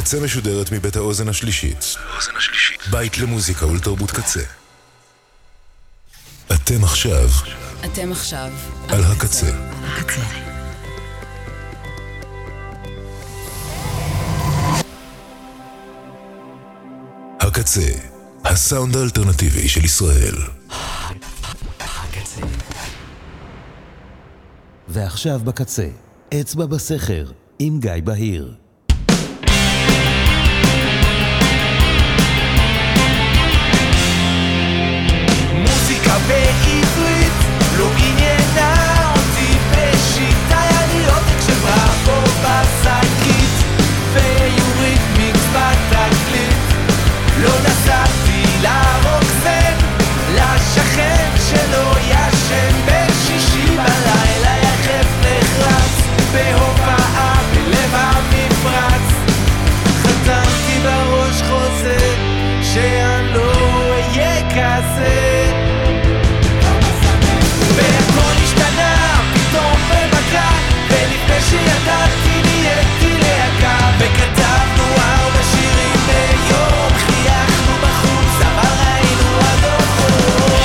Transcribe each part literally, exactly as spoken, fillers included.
הקצה משודרת מבית האוזן השלישית. בית למוזיקה ולתרבות קצה. אתם עכשיו. אתם עכשיו. על הקצה. הקצה. הקצה. הסאונד האלטרנטיבי של ישראל. הקצה. ועכשיו בקצה. אצבע בסכר עם גיא בהיר. מוזיקה בעברית לא עניינה אותי בשיטה ידי עותק של בראבו בשקית ויורית מיקס בתקליט. לא נסעתי לרוקסן לשכן שלא ישן בשישי בלילה יחף נחרץ בהופעה בלב המפרץ. חתמתי בראש חוזה שאני לא אהיה כזה והכל השתנה פתאום במכה ולפני שידעתי נהייתי להקה וכתבנו ארבע שירים ביום חייכנו בחוץ אבל ראינו עד אוכל.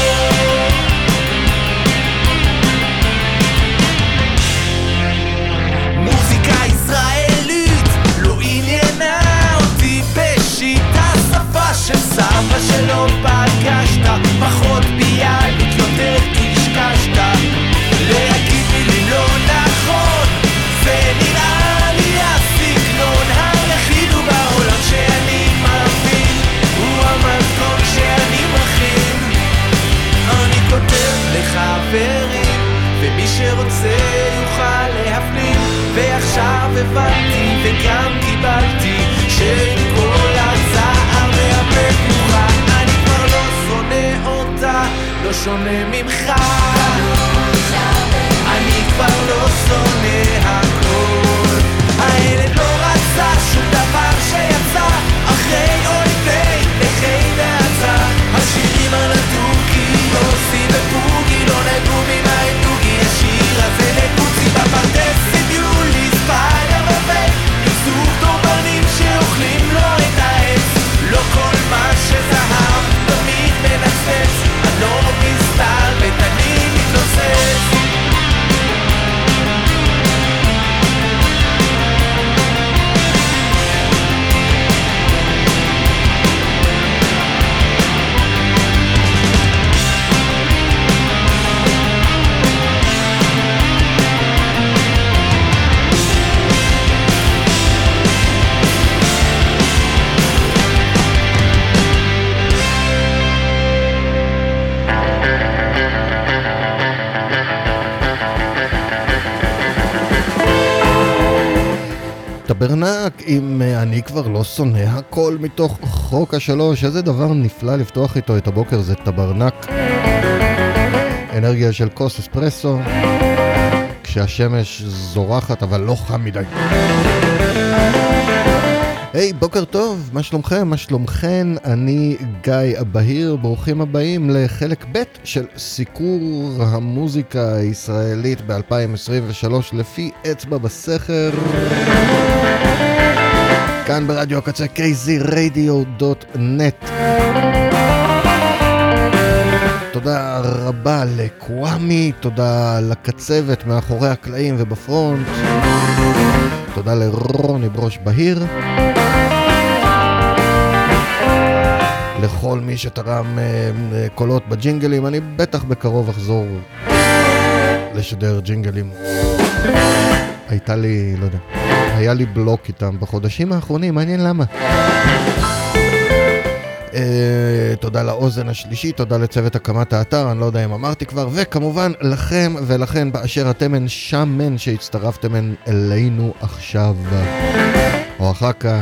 מוזיקה ישראלית לא עניינה אותי בשיטה שפה של סבא שלא פגשת פחות ביאלית יותר קשקשת להגיד מילים לא נכון זה נראה לי הסגנון היחיד הוא בעולם שאני מבין הוא המתכון שאני מכין. אני כותב לחברים ומי שרוצה יוכל להפנים ועכשיו הבנתי וגם קיבלתי שכל הצער מהבית מוכן. אני כבר לא שונא אותה לא שונה ממך אני כבר לא שונא הכל. הילד לא רצה שום דבר שיצא אחרי אויבי נכי נעצה. השירים על הדוקי עושים בפוגי לא נגעו ממים דוגי השיר הזה לקוצי בפרדס עם יולי ספיידר ובית עם זוג דורבנים שאוכלים לו את העץ. לא כל מה שזהב תמיד מנצץ אני לא מסתל ותני מתלוצץ. טברנק עם אני כבר לא שונא הכל מתוך חוק השלוש. איזה דבר נפלא לפתוח איתו את הבוקר, זה טברנק. אנרגיה של כוס אספרסו כשהשמש זורחת אבל לא חם מדי. היי, hey, בוקר טוב, מה שלומכם? מה שלומכן? אני גיא בהיר, ברוכים הבאים לחלק ב' של סיקור המוזיקה הישראלית ב-אלפיים עשרים ושלוש לפי אצבע בסכר. כאן ברדיו הקצה קי זי רדיו דוט נט. תודה רבה לקוואמי, תודה לקצבת מאחורי הקלעים ובפרונט. תודה לרוני ברוש בהיר. לכל מי שתרם uh, קולות בג'ינגלים. אני בטח בקרוב אחזור לשדר ג'ינגלים. הייתה לי, לא יודע, היה לי בלוק איתם בחודשים האחרונים, מעניין למה. Uh, תודה לאוזן השלישית, תודה לצוות הקמת האתר, אני לא יודע אם אמרתי כבר, וכמובן לכם ולכן באשר אתם אין שמן שהצטרפתם אלינו עכשיו או אחר כך.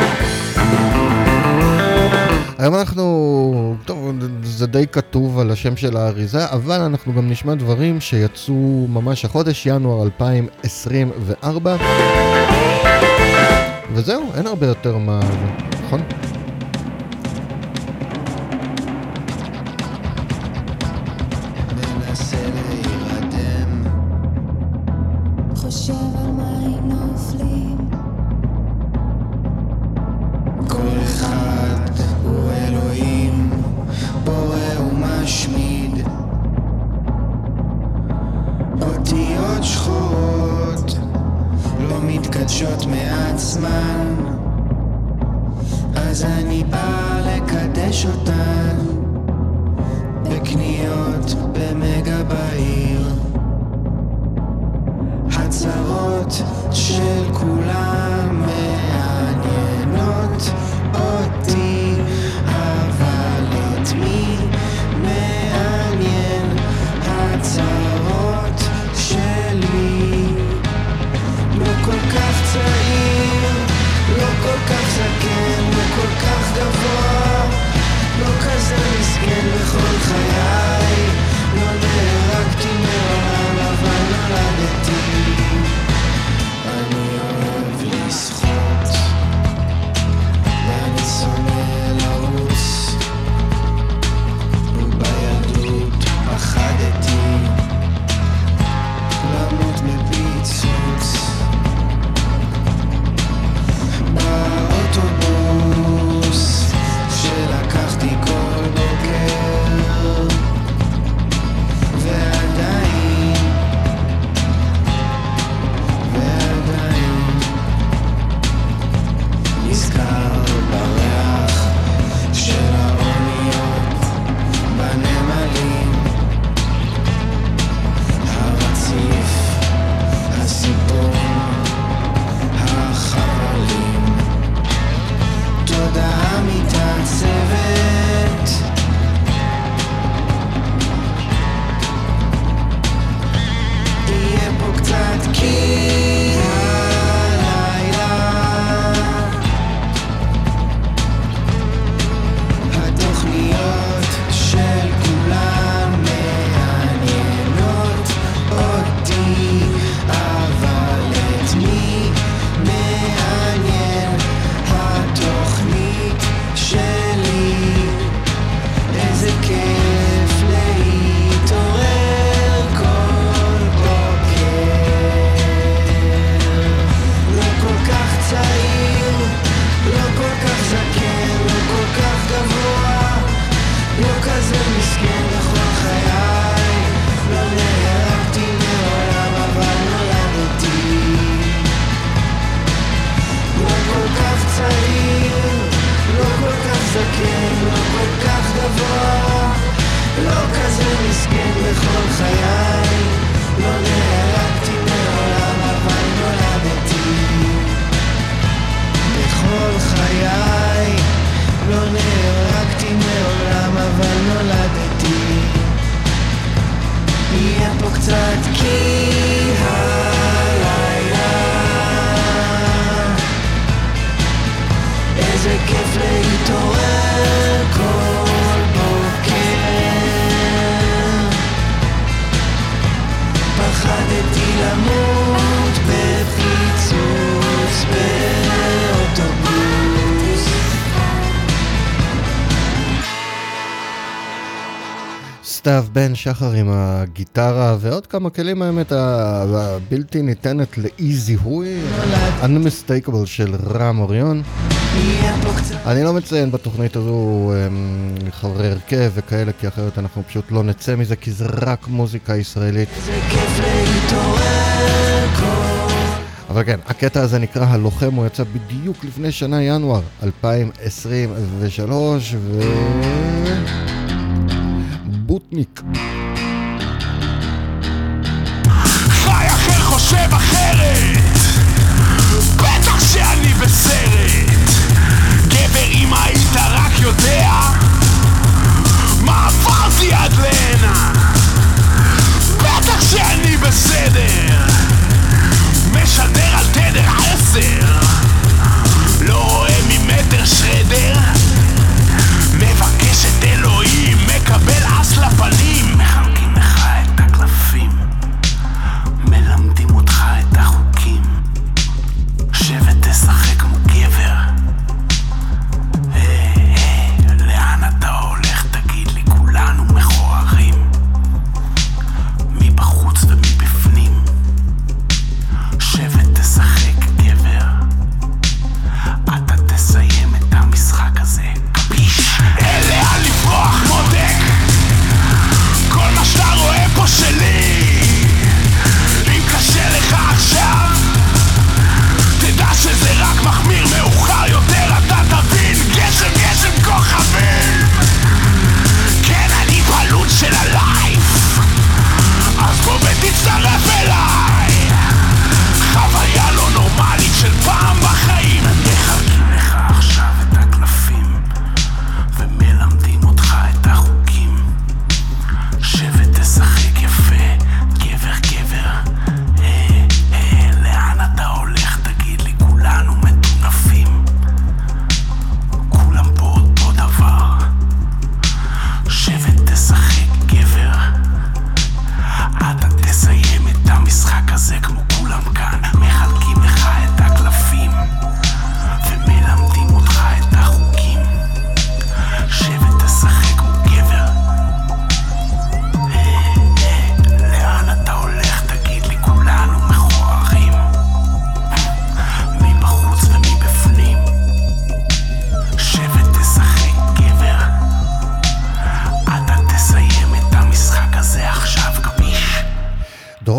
היום אנחנו, טוב, זה די כתוב על השם של האריזה, אבל אנחנו גם נשמע דברים שיצאו ממש החודש, ינואר אלפיים עשרים וארבע. וזהו, אין הרבה יותר מה, נכון? חושב על מים נופלים מתקדשות מעצמן, אז אני בא לקדש אותן בקניות במגה בעיר. הצרות של כולם מעניינות אותי, אבל את מי מעניין הצרות שלי? לא כל כך צעיר, לא כל כך זקן, לא כל כך גבוה, לא כזה מסכן בכל חיי. לא נהרגתי מעולם אבל נולדתי. אני אוהב לשחות ואני שונא לרוץ, ובילדות פחדתי למות מפיצוץ. באוטובוס שלקחתי כל בוקר, ועדיין, ועדיין נזכר בריח של האוניות בנמלים, הרציף, הסיפון, החבלים, תודעה מתעצבת, יהיה פה קצת כי הלילה התוכניות של כולם מעניינות אותי, אבל את מי מעניין התוכנית שלי? איזה כיף להתעורר כל בוקר, לא כל כך צעיר, לא כל כך זקן, לא כל כך גבוה, לא כזה מסכן בכל חיי. לא נהרגתי מעולם אבל נולדתי. לא כל כך צעיר, לא כל כך זקן, לא כל כך גבוה, לא כזה מסכן בכל חיי. לא נהרגתי מעולם אבל נולדתי. בכל חיי לא נהרגתי מעולם אבל נולדתי. יהיה פה קצת כי הלילה איזה כיף להתעורר כל בוקר. פחדתי למות בפיצוץ באוטובוס. סתיו בן שחר עם הגיטרה ועוד כמה כלים, האמת הבלתי ניתנת לאי זיהוי, Unmistakable של רם אוריון. אני לא מציין בתוכנית הזו חברי הרכב וכאלה, כי אחרת אנחנו פשוט לא נצא מזה, כי זה רק מוזיקה ישראלית. אבל כן, הקטע הזה נקרא הלוחם, הוא יצא בדיוק לפני שנה, ינואר אלפיים עשרים ושלוש, ו... בוטניק. חי אחר חושב אחרת, בטח שאני בסרט. גבר אם היית רק יודע מה עברתי עד להנה, בטח שאני בסדר. משדר על תדר עשר, לא רואה ממטר שרדר, מבקש את אלוהים, מקבל אס לפנים. מחלקים לך את הקלפים, מלמדים אותך את החוקים.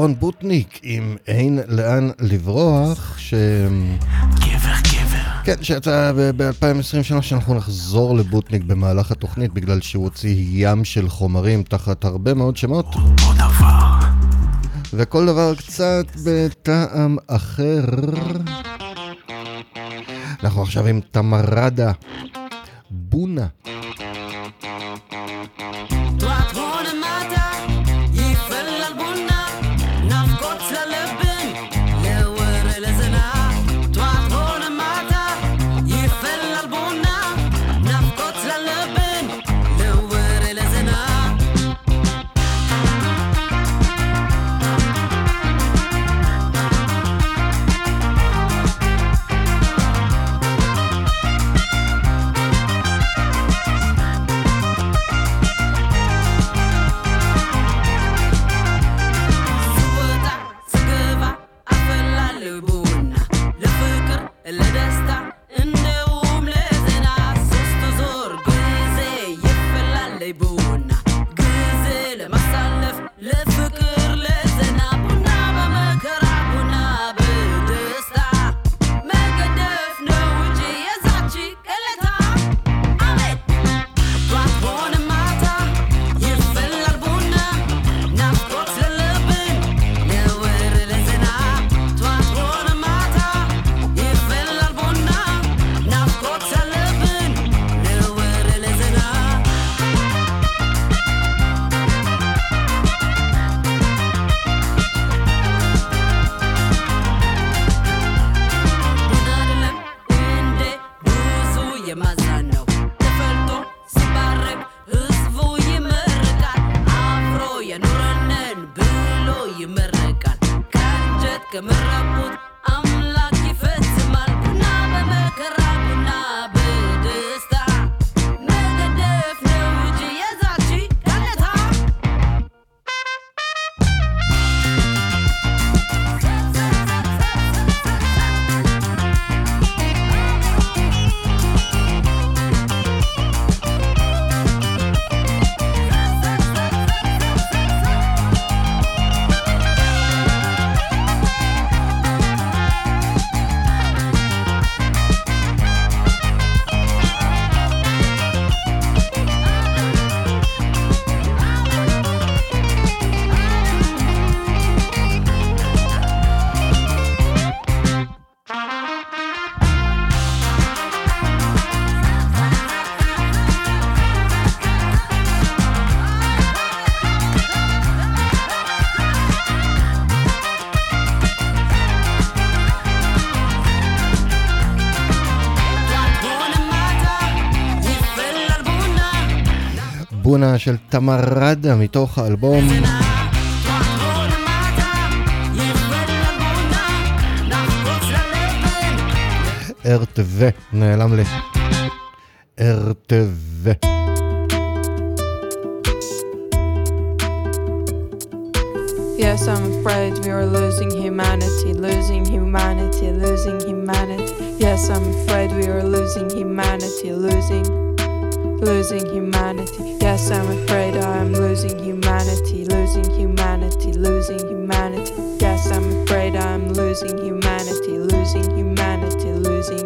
אהרון בוטניק עם אין לאן לברוח, ש... גבר, גבר. כן, שיצא ב-אלפיים עשרים ושלוש. אנחנו נחזור לבוטניק במהלך התוכנית, בגלל שהוא הוציא ים של חומרים תחת הרבה מאוד שמות. אותו דבר. וכל דבר קצת בטעם אחר. אנחנו עכשיו עם תמרדה, בונה. בונה של תמרדה מתוך האלבום ארטווה, נעלם לי ארטווה. Yes, I'm afraid we are losing humanity, losing humanity, losing humanity. Yes, I'm afraid we are losing humanity, losing losing humanity. Yes, I'm afraid I am losing humanity, losing humanity, losing humanity. Yes, I'm afraid I am losing humanity, losing humanity, losing.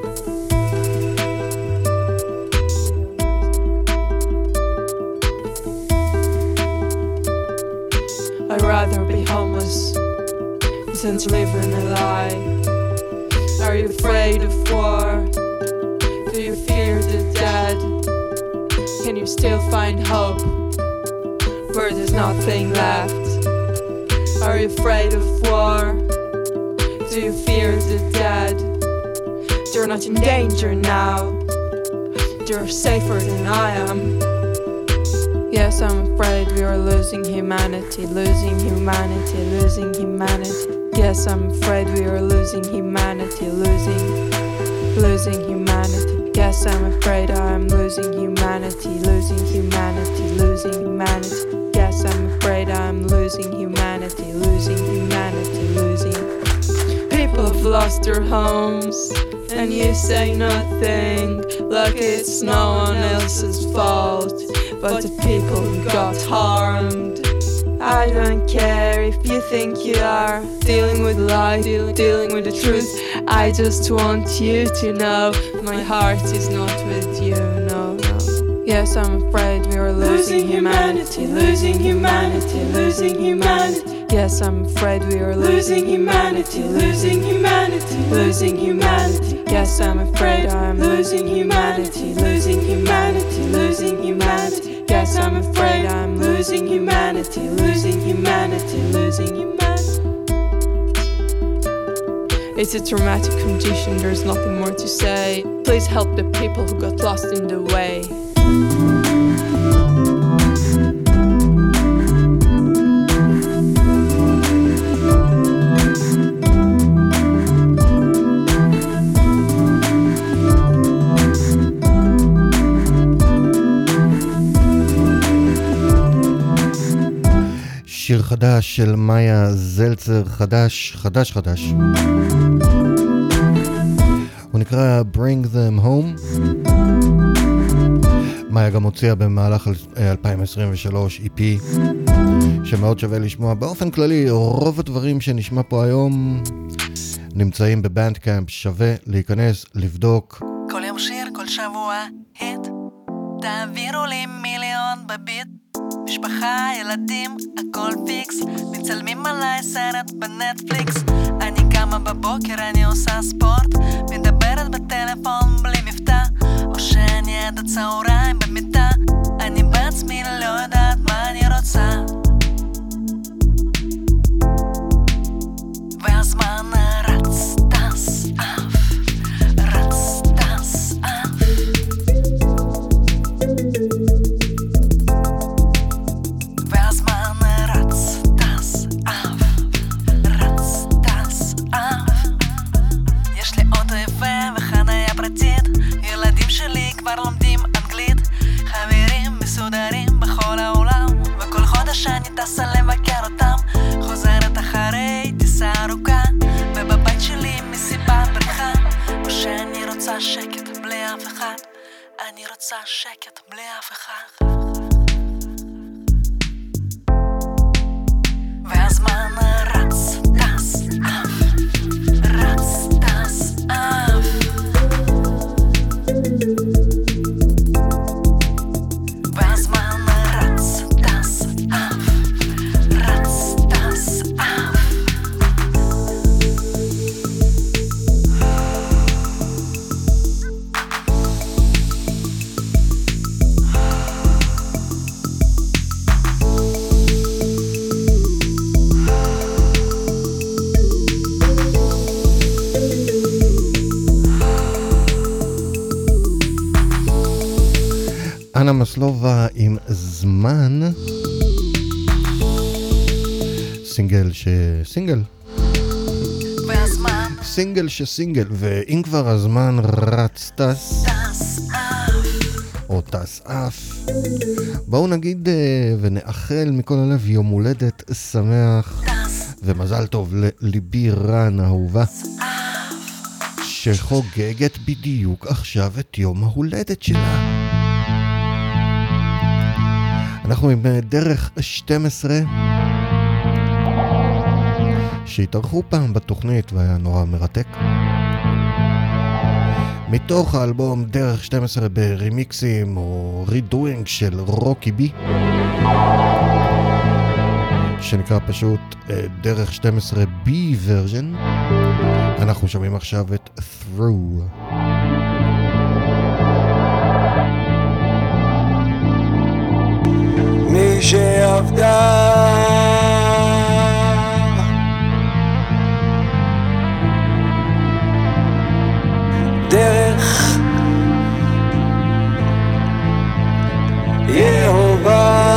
I'd rather be homeless than to live in a lie. Are you afraid of war? Do you fear the dead? Can you still find hope where there's nothing left? Are you afraid of war? Do you fear the dead? You're not in danger now. You're safer than I am. Yes, I'm afraid we are losing humanity, losing humanity, losing humanity. Yes, I'm afraid we are losing humanity, losing, losing humanity. Yes, I'm afraid I'm losing humanity, losing humanity, losing humanity. Yes, I'm afraid I'm losing humanity, losing humanity, losing. People have lost their homes, and you say nothing, like it's no one else's fault. But the people who got harmed, I don't care if you think you are dealing with lies, deal- dealing with the truth. I just want you to know my heart is not with you, no, no. Yes, I'm afraid we are losing humanity, losing humanity, losing humanity. Yes, I'm afraid we are losing humanity, losing humanity, losing humanity. Yes, I'm afraid I'm losing humanity, losing humanity, losing humanity. Yes, I'm afraid I'm losing humanity, losing humanity, losing humanity. It's a traumatic condition, there's nothing more to say. Please help the people who got lost in the way. שיר חדש של מאיה זלצר, חדש, חדש, חדש. הוא נקרא Bring Them Home. מאיה גם הוציאה במהלך אלפיים עשרים ושלוש E P שמאוד שווה לשמוע. באופן כללי, רוב הדברים שנשמע פה היום נמצאים בבנדקאמפ, שווה להיכנס, לבדוק. כל יום שיר, כל שבוע היט, תעבירו לי מיליון בביט, משפחה, ילדים, הכל פיקס, מצלמים עליי סרט בנטפליקס. אני קמה בבוקר, אני עושה ספורט, מדברת בטלפון בלי מבטא, או שאני עד הצהריים במיטה. אני בעצמי לא יודעת מה אני רוצה, והזמן רץ, טס, אף, רץ, טס, אף. כבר לומדים אנגלית, חברים מסודרים בכל העולם, וכל חודש אני טסה לבקר אותם, חוזרת אחרי טיסה ארוכה, ובבית שלי מסיבת בריחה, או שאני רוצה שקט בלי אף אחד, אני רוצה שקט בלי אף אחד. והזמן רץ, טס, אף, רץ, טס, אף. אנה מסלובה עם זמן, סינגל שסינגל והזמן סינגל שסינגל, ואם כבר הזמן רץ טס או טס אף, בואו נגיד ונאחל מכל הלב יום הולדת שמח ומזל טוב לליבי רן אהובה שחוגגת בדיוק עכשיו את יום ההולדת שלה. אנחנו עם דרך שתים עשרה שהתארחו פעם בתוכנית והיה נורא מרתק, מתוך האלבום דרך שתים עשרה ברימיקסים או רידואינג של רוקי בי שנקרא פשוט דרך שתים עשרה בי ורז'ן. אנחנו שומעים עכשיו את Through. מי שעבדה דרך יהובה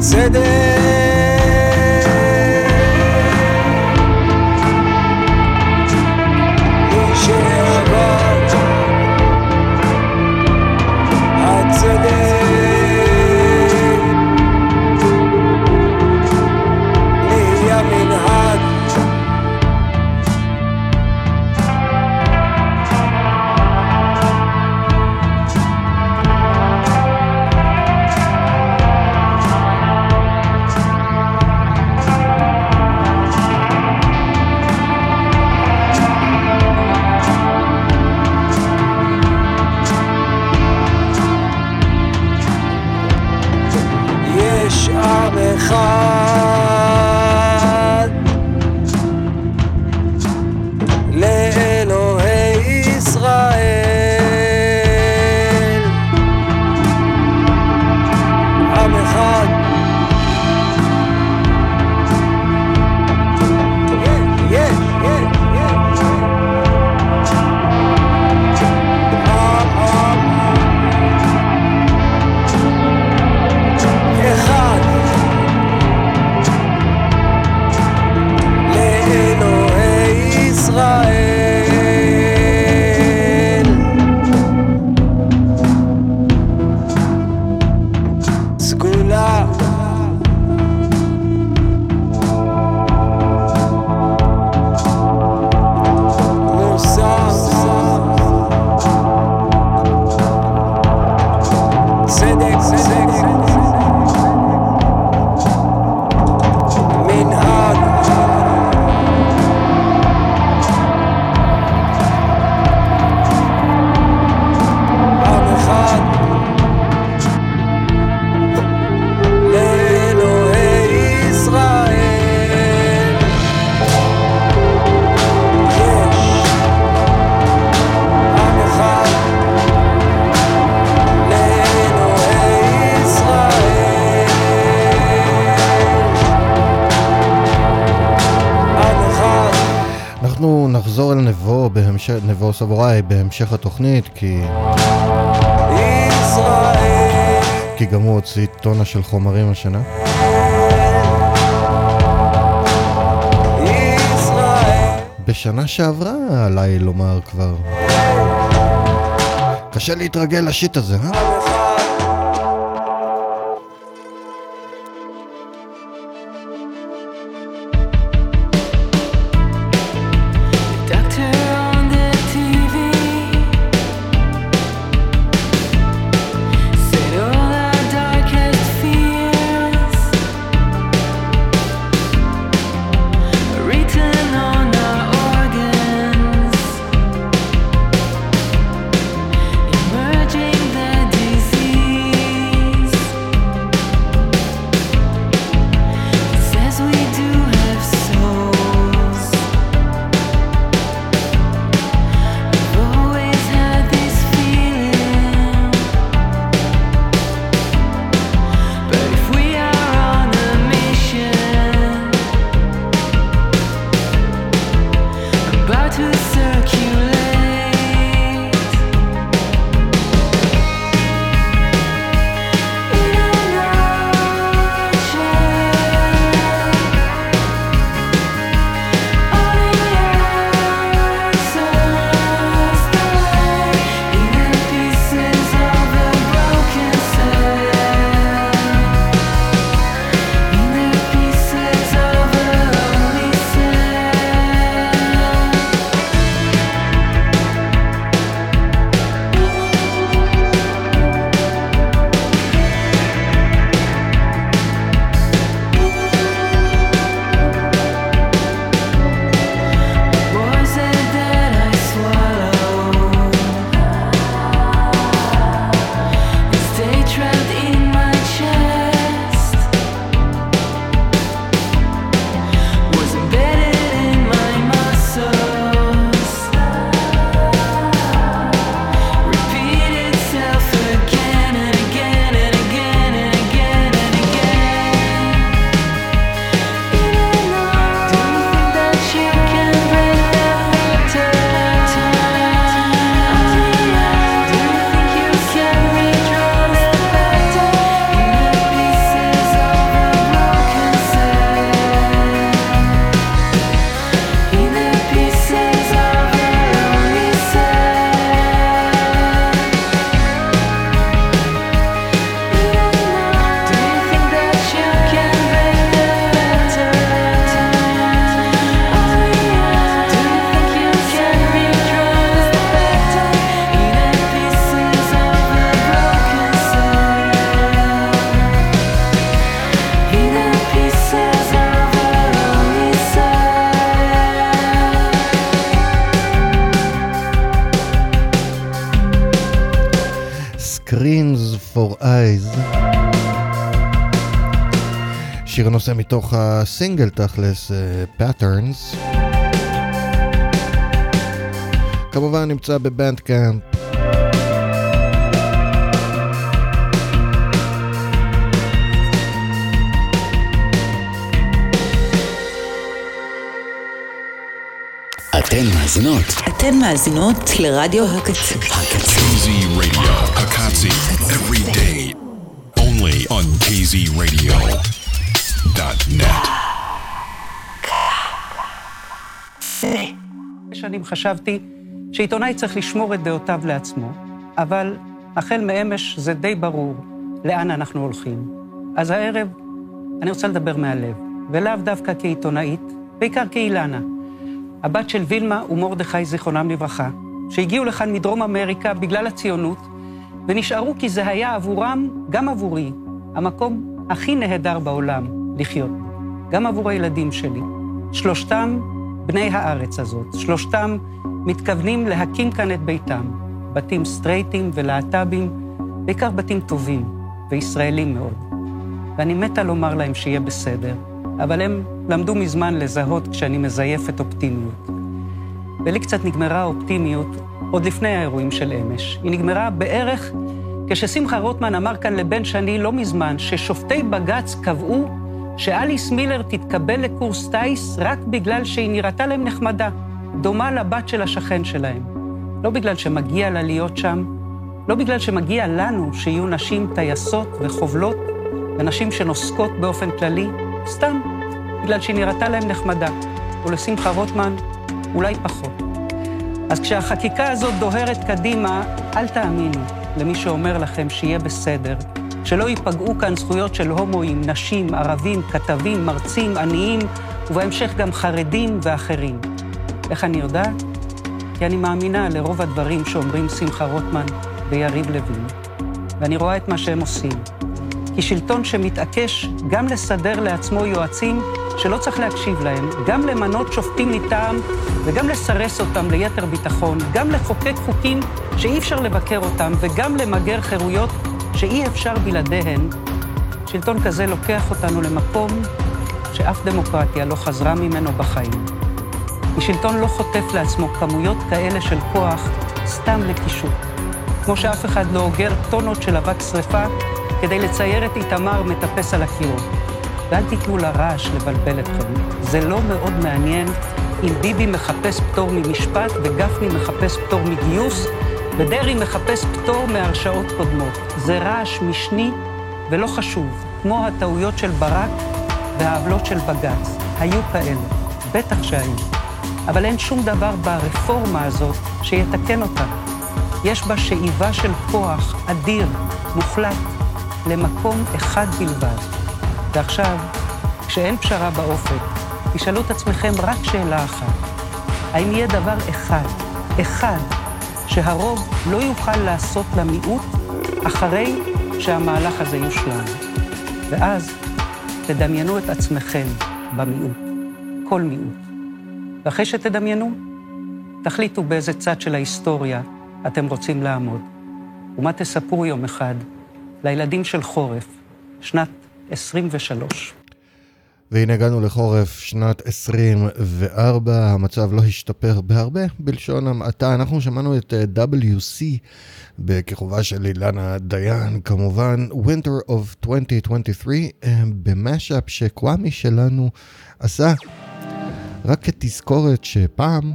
נחזור אל נבו, בהמשך, נבו סבוראי בהמשך התוכנית, כי... ישראל. כי גם הוא הוציא טונה של חומרים השנה. ישראל. בשנה שעברה עליי לומר כבר. קשה להתרגל לשיט הזה, אה? Emerging the Rings for Eyes. שיר נושא מתוך הסינגל תכלס, uh, Patterns. כמובן נמצא בבנדקאמפ. אתן מאזינות. אתן מאזינות לרדיו הקצה. הקצה. K Z Radio, Hakatsi, every day, only on K Z Radio dot net. שנים חשבתי שעיתונאי צריך לשמור את דעותיו לעצמו, אבל החל מאמש זה די ברור לאן אנחנו הולכים. אז הערב אני רוצה לדבר מהלב, ולאו דווקא כעיתונאית, בעיקר כאילנה. הבת של וילמה ומורדכי זיכרונם לברכה, שהגיעו לכאן מדרום אמריקה בגלל הציונות, ונשארו כי זה היה עבורם, גם עבורי, המקום הכי נהדר בעולם לחיות. גם עבור הילדים שלי. שלושתם בני הארץ הזאת. שלושתם מתכוונים להקים כאן את ביתם. בתים סטרייטים ולהט"בים, בעיקר בתים טובים וישראלים מאוד. ואני מתה לומר להם שיהיה בסדר, אבל הם למדו מזמן לזהות כשאני מזייפת אופטימיות. ולי קצת נגמרה האופטימיות עוד לפני האירועים של אמש. היא נגמרה בערך כששמחה רוטמן אמר כאן לבן שני לא מזמן, ששופטי בג"ץ קבעו שאליס מילר תתקבל לקורס טייס רק בגלל שהיא נראתה להם נחמדה, דומה לבת של השכן שלהם. לא בגלל שמגיע לה להיות שם, לא בגלל שמגיע לנו שיהיו נשים טייסות וחובלות, ונשים שנוסקות באופן כללי, סתם בגלל שהיא נראתה להם נחמדה, ולשמחה רוטמן אולי פחות. אז כשהחקיקה הזאת דוהרת קדימה, אל תאמינו למי שאומר לכם שיהיה בסדר, שלא ייפגעו כאן זכויות של הומואים, נשים, ערבים, כתבים, מרצים, עניים, ובהמשך גם חרדים ואחרים. איך אני יודעת? כי אני מאמינה לרוב הדברים שאומרים שמחה רוטמן ויריב לוין. ואני רואה את מה שהם עושים. כי שלטון שמתעקש גם לסדר לעצמו יועצים שלא צריך להקשיב להם, גם למנות שופטים מטעם וגם לסרס אותם ליתר ביטחון, גם לחוקק חוקים שאי אפשר לבקר אותם וגם למגר חירויות שאי אפשר בלעדיהן, שלטון כזה לוקח אותנו למקום שאף דמוקרטיה לא חזרה ממנו בחיים. כי שלטון לא חוטף לעצמו כמויות כאלה של כוח סתם לקישוט. כמו שאף אחד לא אוגר טונות של אבק שריפה כדי לצייר את איתמר מטפס על הקיר. ואל תיתנו לרעש לבלבל אתכם. זה לא מאוד מעניין אם ביבי מחפש פטור ממשפט וגפני מחפש פטור מגיוס ודרי מחפש פטור מהרשאות קודמות. זה רעש משני ולא חשוב, כמו הטעויות של ברק והעוולות של בג"ץ. היו כאלה, בטח שהיו. אבל אין שום דבר ברפורמה הזאת שיתקן אותה. יש בה שאיבה של כוח אדיר, מוחלט, למקום אחד בלבד. ועכשיו, כשאין פשרה באופק, תשאלו את עצמכם רק שאלה אחת. האם יהיה דבר אחד, אחד, שהרוב לא יוכל לעשות למיעוט אחרי שהמהלך הזה יושלם? ואז תדמיינו את עצמכם במיעוט, כל מיעוט. ואחרי שתדמיינו, תחליטו באיזה צד של ההיסטוריה אתם רוצים לעמוד. ומה תספרו יום אחד לילדים של חורף, שנת עשרים ושלוש. והנה הגענו לחורף שנת עשרים וארבע, המצב לא השתפר בהרבה בלשון המעטה. אנחנו שמענו את דאבליו סי בכיכובה של אילנה דיין, כמובן Winter of עשרים עשרים ושלוש, במשאפ שקוואמי שלנו עשה, רק כתזכורת שפעם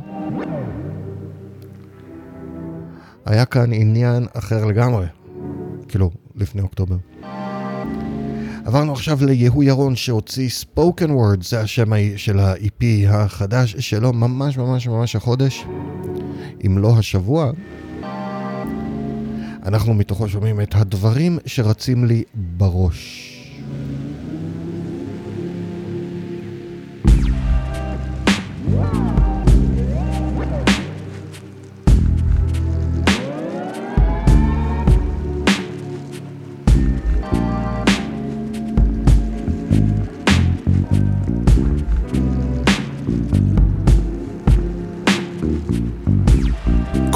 היה כאן עניין אחר לגמרי, כאילו לפני אוקטובר. עברנו עכשיו ליהו ירון שהוציא Spoken Words, זה השם של ה-אי פי החדש שלו, ממש ממש ממש החודש, אם לא השבוע. אנחנו מתוכו שומעים את הדברים שרצים לי בראש.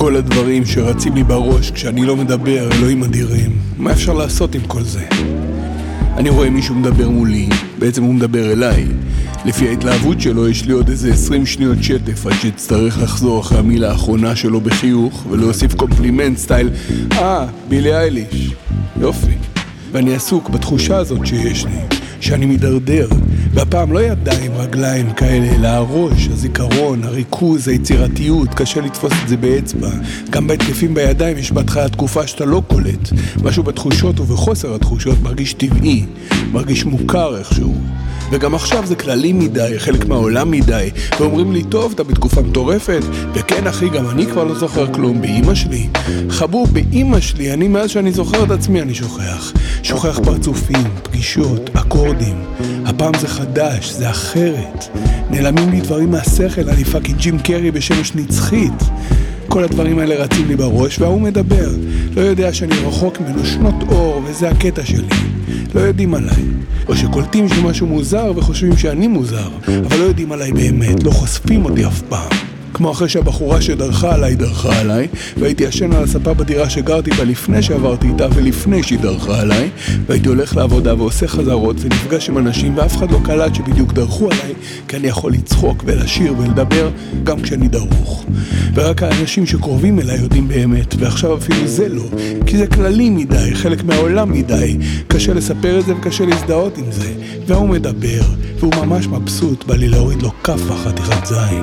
כל הדברים שרצים לי בראש כשאני לא מדבר, אלוהים אדירים. מה אפשר לעשות עם כל זה? אני רואה מישהו מדבר מולי, בעצם הוא מדבר אליי. לפי ההתלהבות שלו יש לי עוד איזה עשרים שניות שטף עד שתצטרך לחזור אחרי המילה האחרונה שלו בחיוך ולהוסיף קומפלימנט סטייל אה, בילי אייליש. יופי. ואני עסוק בתחושה הזאת שיש לי, שאני מדרדר, והפעם לא ידיים, רגליים כאלה, אלא הראש, הזיכרון, הריכוז, היצירתיות, קשה לתפוס את זה באצבע. גם בהתקפים בידיים יש בהתחלה תקופה שאתה לא קולט. משהו בתחושות ובחוסר התחושות מרגיש טבעי, מרגיש מוכר איכשהו. וגם עכשיו זה כללי מדי, חלק מהעולם מדי, ואומרים לי, טוב, אתה בתקופה מטורפת, וכן אחי, גם אני כבר לא זוכר כלום, באמא שלי. חבור, באמא שלי, אני מאז שאני זוכר את עצמי אני שוכח. שוכח פרצופים, פגישות, אקורדים. הפעם זה חדש, זה אחרת. נעלמים לי דברים מהשכל, אני פאקינג ג'ים קרי בשמש נצחית. כל הדברים האלה רצים לי בראש, והוא מדבר. לא יודע שאני רחוק ממנו שנות אור, וזה הקטע שלי. לא יודעים עליי. או שקולטים שמשהו מוזר וחושבים שאני מוזר, אבל לא יודעים עליי באמת, לא חושפים אותי אף פעם. כמו אחרי שהבחורה שדרכה עליי דרכה עליי, והייתי ישן על הספה בדירה שגרתי בה לפני שעברתי איתה ולפני שהיא דרכה עליי, והייתי הולך לעבודה ועושה חזרות ונפגש עם אנשים ואף אחד לא קלט שבדיוק דרכו עליי, כי אני יכול לצחוק ולשיר ולדבר גם כשאני דרוך. ורק האנשים שקרובים אליי יודעים באמת, ועכשיו אפילו זה לא, כי זה כללי מדי, חלק מהעולם מדי, קשה לספר את זה וקשה להזדהות עם זה. והוא מדבר, והוא ממש מבסוט, בא לי להוריד לו כפה חתיכת זין.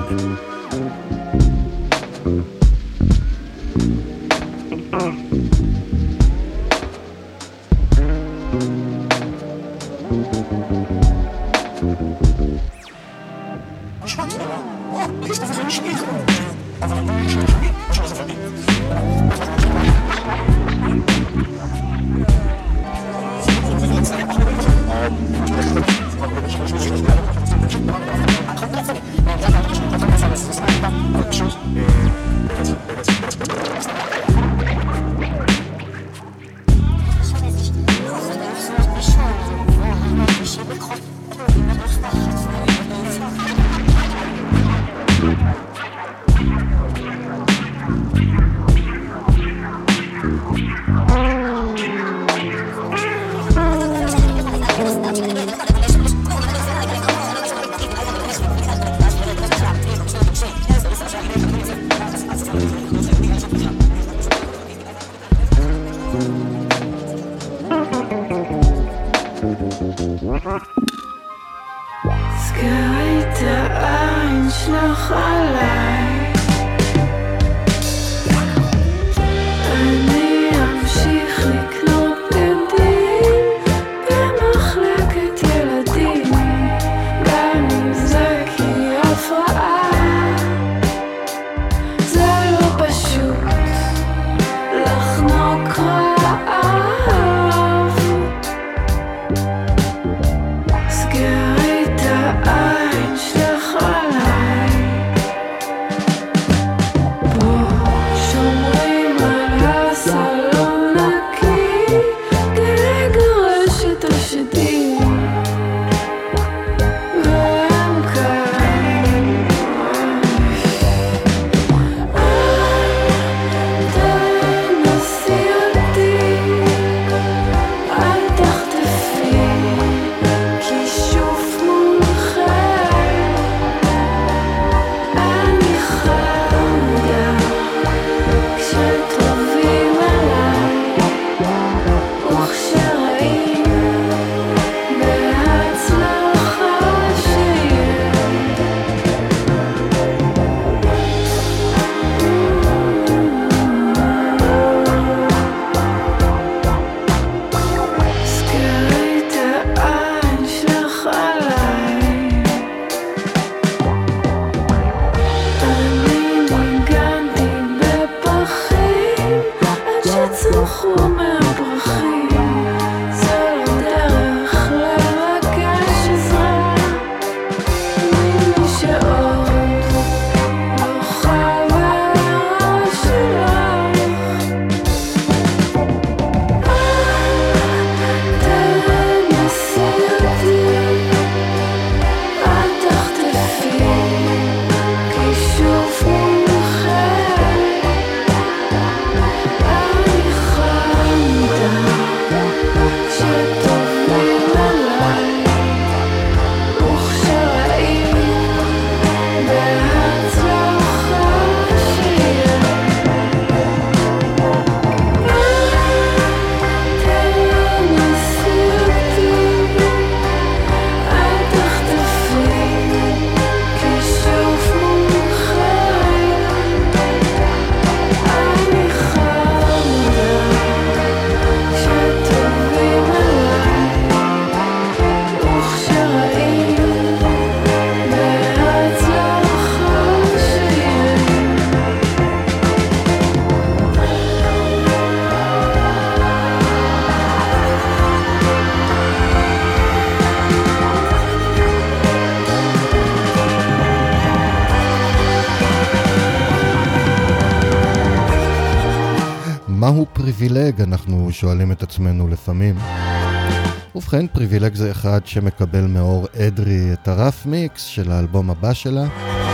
מהו פריבילג? אנחנו שואלים את עצמנו לפעמים. ובכן, פריבילג זה אחד שמקבל מאור אדרי את הרף מיקס של האלבום הבא שלה.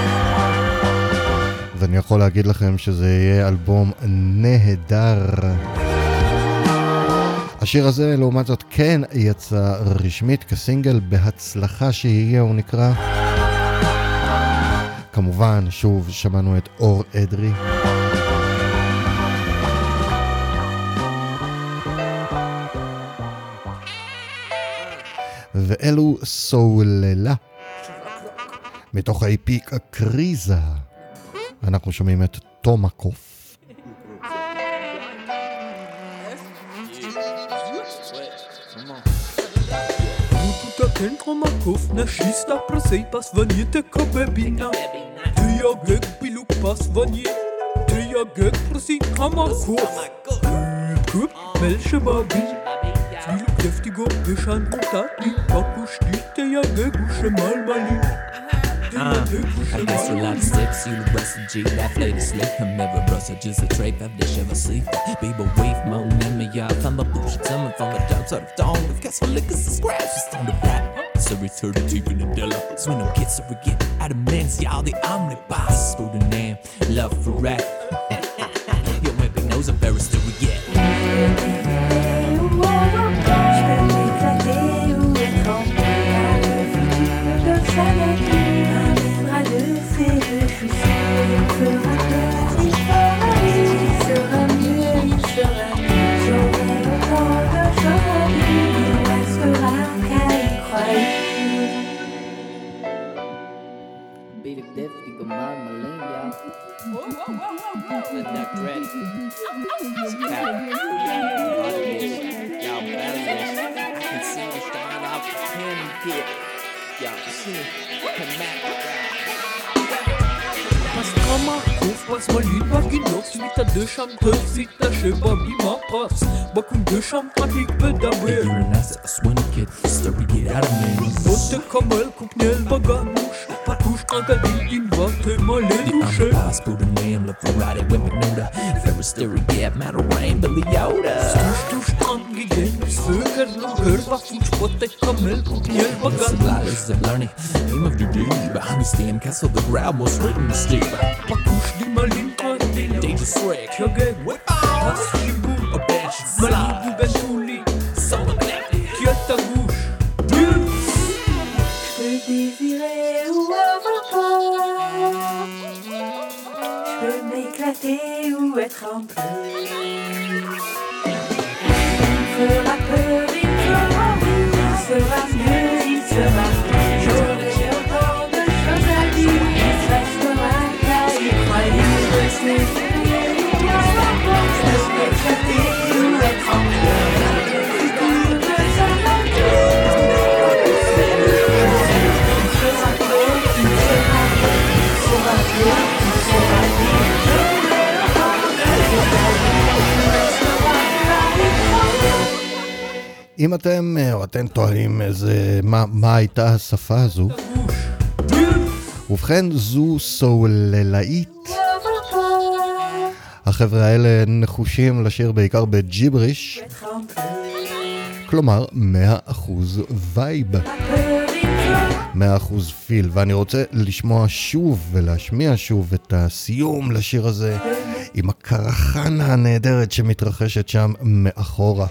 ואני יכול להגיד לכם שזה יהיה אלבום נהדר. השיר הזה לעומת זאת כן יצא רשמית כסינגל בהצלחה שיהיה, הוא נקרא. כמובן, שוב שמענו את אור אדרי. ואלו סוללה. מתוך האיפיק הקריזה. אנחנו שומעים את תומקוף. Ten Tromakov, nashista prasej pasvanie te kabebina. Ty jagek piluk pasvanie, ty jagek prasej Tromakov. Kup melsche babi, piluk deftigo beshan kutati, pakushti te jagek ushe malmali. Uh, I guess a lot of steps, you the rest of G, that flavor slick. I'm never Brussels, just a trait, I've just ever sleep. Baby, wave, moan, and me, y'all, I'm a bush, coming from a dump, sort of tone. If guess what, liquor, subscribe, just on the back. So return to deep in the della. Swing them kids, so we get out of men's, y'all, the omnibus. For the name, love for rap. Yo, my big nose, I'm very still we get. Pasmalit baginov, svita de chanteur, svita sheba bima pas. Bakun de champagne bedaber. You're an asset, I swear to kid, stirry get out of me. Botte kamel kupnel baganush, pakush kagadil in vate maledushe. The omnibus, put a name, love for ride, women know the Ferris stirry get matter rain, Billy Yoda. Stush tush tangi gen, söker luger, bakush botte kamel kupnel baganush. This is a learning, aim of the day, behind the stand, castle the ground, most written the steep. Pakush di malin kadil, dangerous wreck, yageg, pas shibu, a bench, malibu bentuli, summer connected, kieta gush. Je peux désirer ou avoir peur, je peux m'éclater ou être en pleurs. Il me fera peur, il me fera rire, il sera mieux, il sera mieux. J'aurai autant de choses à dire, il restera qu'à y croire. Je peux désirer ou avoir peur, je peux m'éclater ou être en pleurs. אם אתם או אתן טוענים איזה, מה, מה הייתה השפה הזו, ובכן זו סוללאית. החבר'ה האלה נחושים לשיר בעיקר בג'יבריש, כלומר מאה אחוז וייב, מאה אחוז פיל. ואני רוצה לשמוע שוב ולהשמיע שוב את הסיום לשיר הזה עם הקרחנה הנהדרת שמתרחשת שם מאחורה.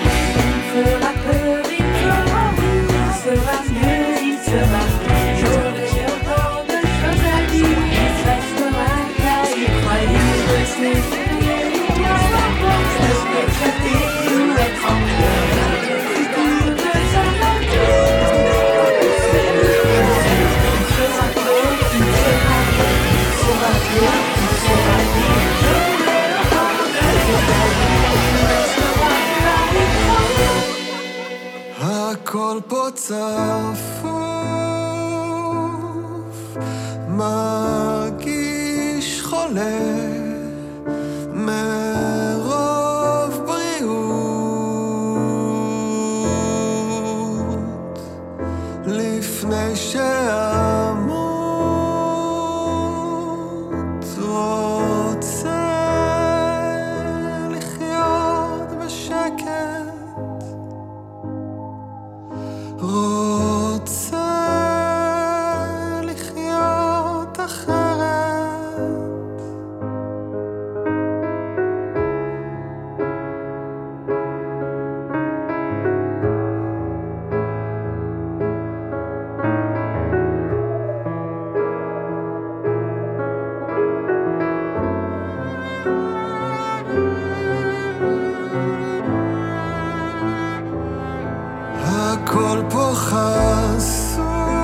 הכל פה צפוף, מרגיש חולה מרוב בריאות, לפני שאמות רוצה לחיות. חשוף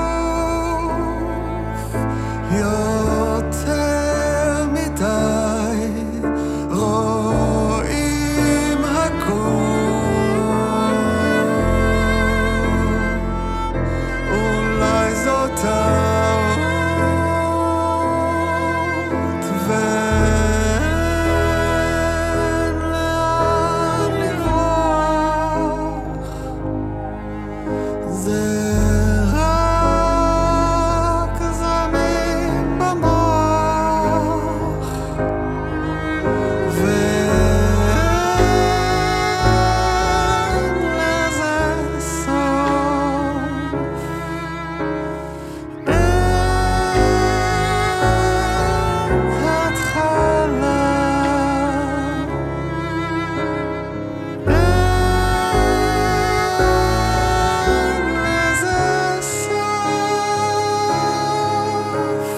יותר מדי, רואים הכל. אולי זאת טעות ואין לאן לברוח, זה רק זרמים במוח ואין לזה סוף. אין התחלה, אין לזה סוף.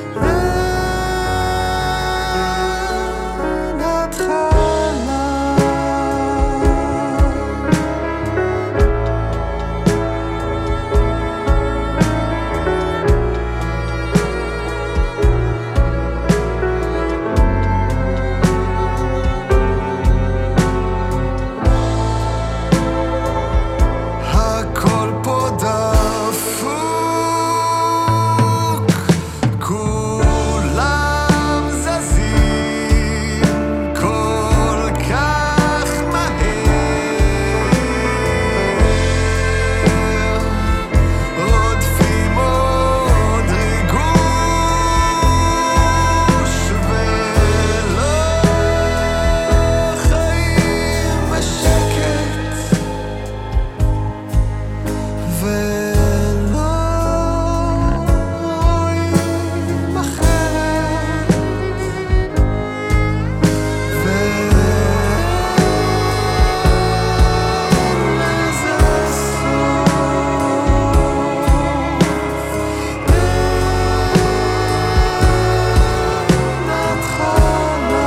אין התחלה. הכל פה דפוק, כולם זזים כל כך מהר, רודפים עוד ריגוש ולא חיים בשקט ולא רואים אחרת, ואין לזה סוף. אין התחלה,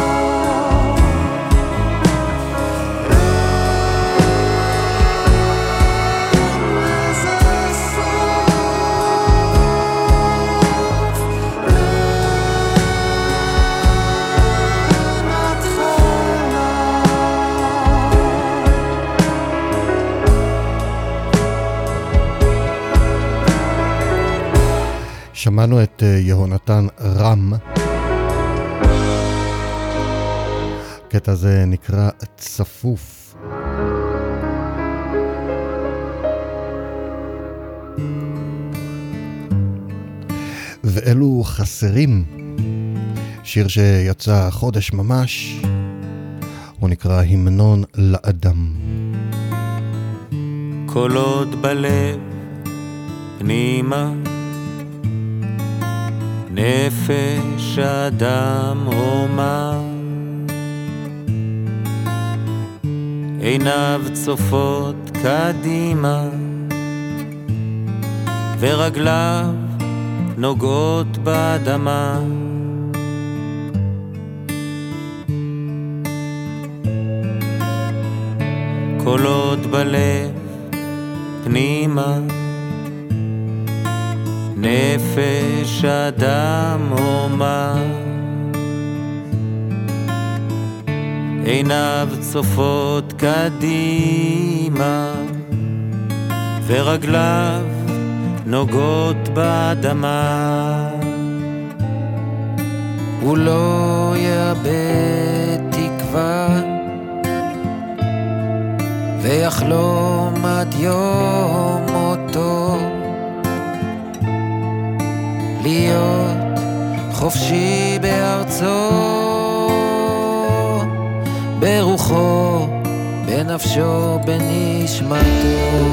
שמענו את אה, יהונתן רם. הקטע הזה נקרא צפוף. ואלו חסרים, שיר שיצא חודש ממש, הוא נקרא המנון לאדם. כל עוד בלב פנימה, נפש אדם הומה, עיניו צופות קדימה, ורגליו נוגעות באדמה. כל עוד בלב פנימה, נפש אדם הומה, עיניו צופות קדימה, ורגליו נוגעות באדמה. הוא לא יאבד תקווה, ויחלום עד יום מותו, להיות חופשי בארצו, ברוחו, בנפשו, בנשמתו.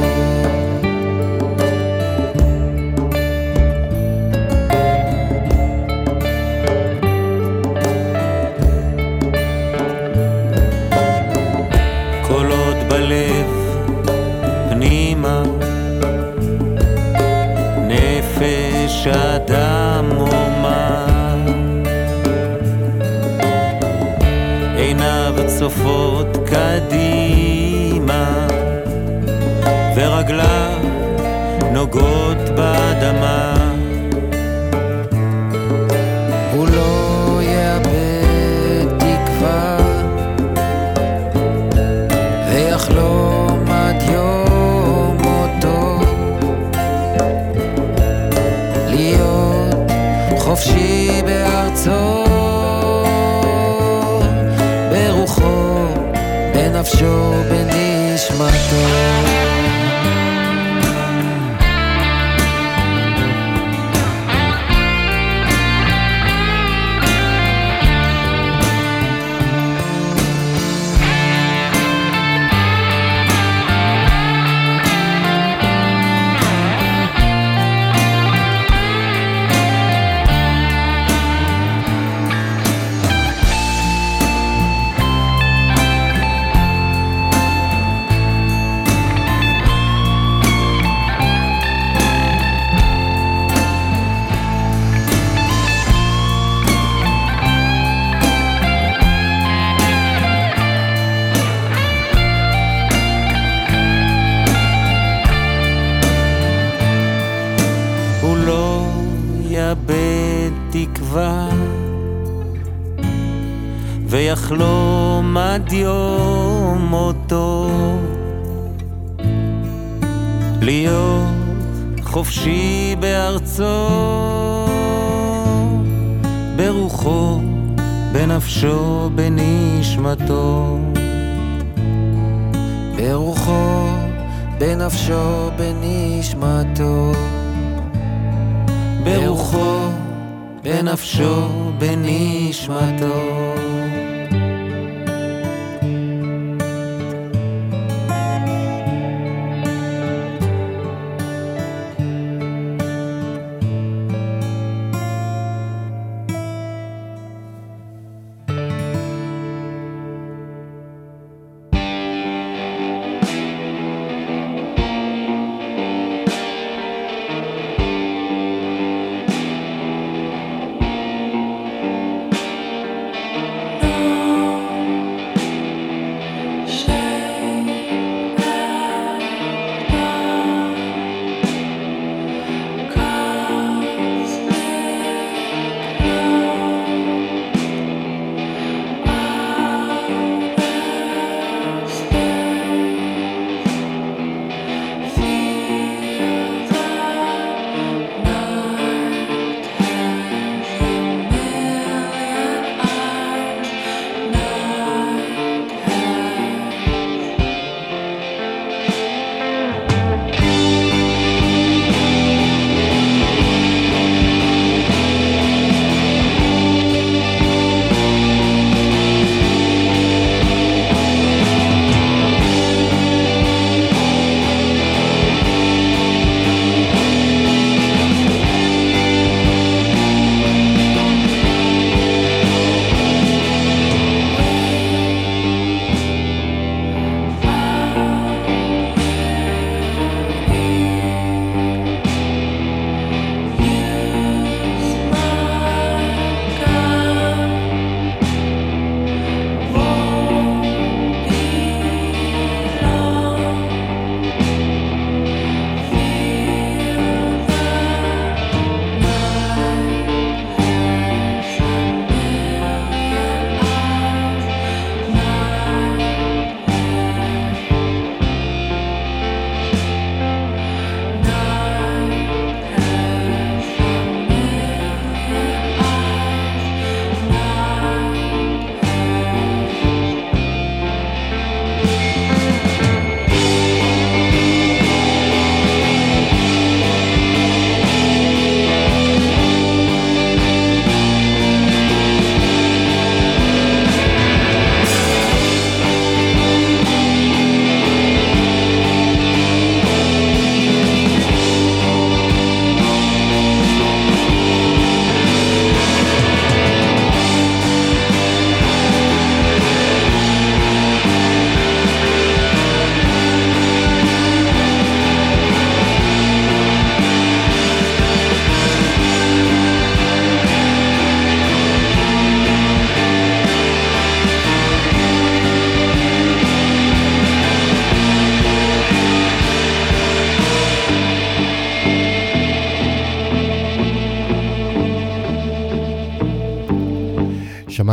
כל עוד בלב פנימה, נפש אדם הומה, עיניו צופות קדימה, ורגליו נוגעות באדמה. הוא לא יאבד תקווה ויחלום עד יום מותו להיות חופשי בארצו, ברוחו, בנפשו, בנשמתו. בתקווה ויחלום עד יום מותו להיות חופשי בארצו, ברוחו, בנפשו, בנשמתו, ברוחו, בנפשו, בנשמתו, ברוחו, בנפשו, בנשמתו. No.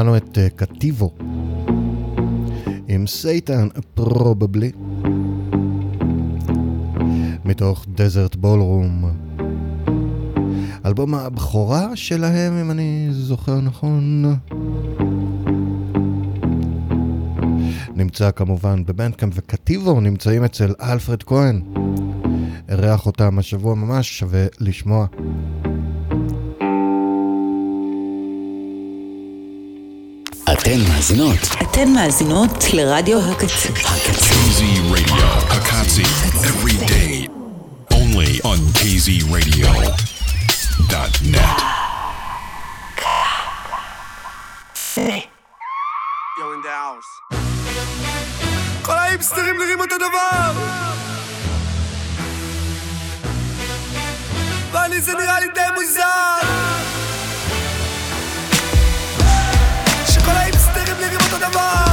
שמענו את uh, קטיבו עם סייטן פרובבלי מתוך דזרט בולרום, אלבום הבכורה שלהם אם אני זוכר נכון. נמצא כמובן בבנדקאמפ, וקטיבו נמצאים אצל אלפרד כהן, אירח אותם השבוע, ממש שווה לשמוע. אתן מאזינות. אתן מאזינות לרדיו הקצה. קייזי רדיו, הקצה, every day, only on קייזי רדיו דוט נט. Yo in the house. כל האיפסטרים נראים אותו דבר, ואני זה נראה לי די מוזר שכל האיפסטרים נראים אותו דבר.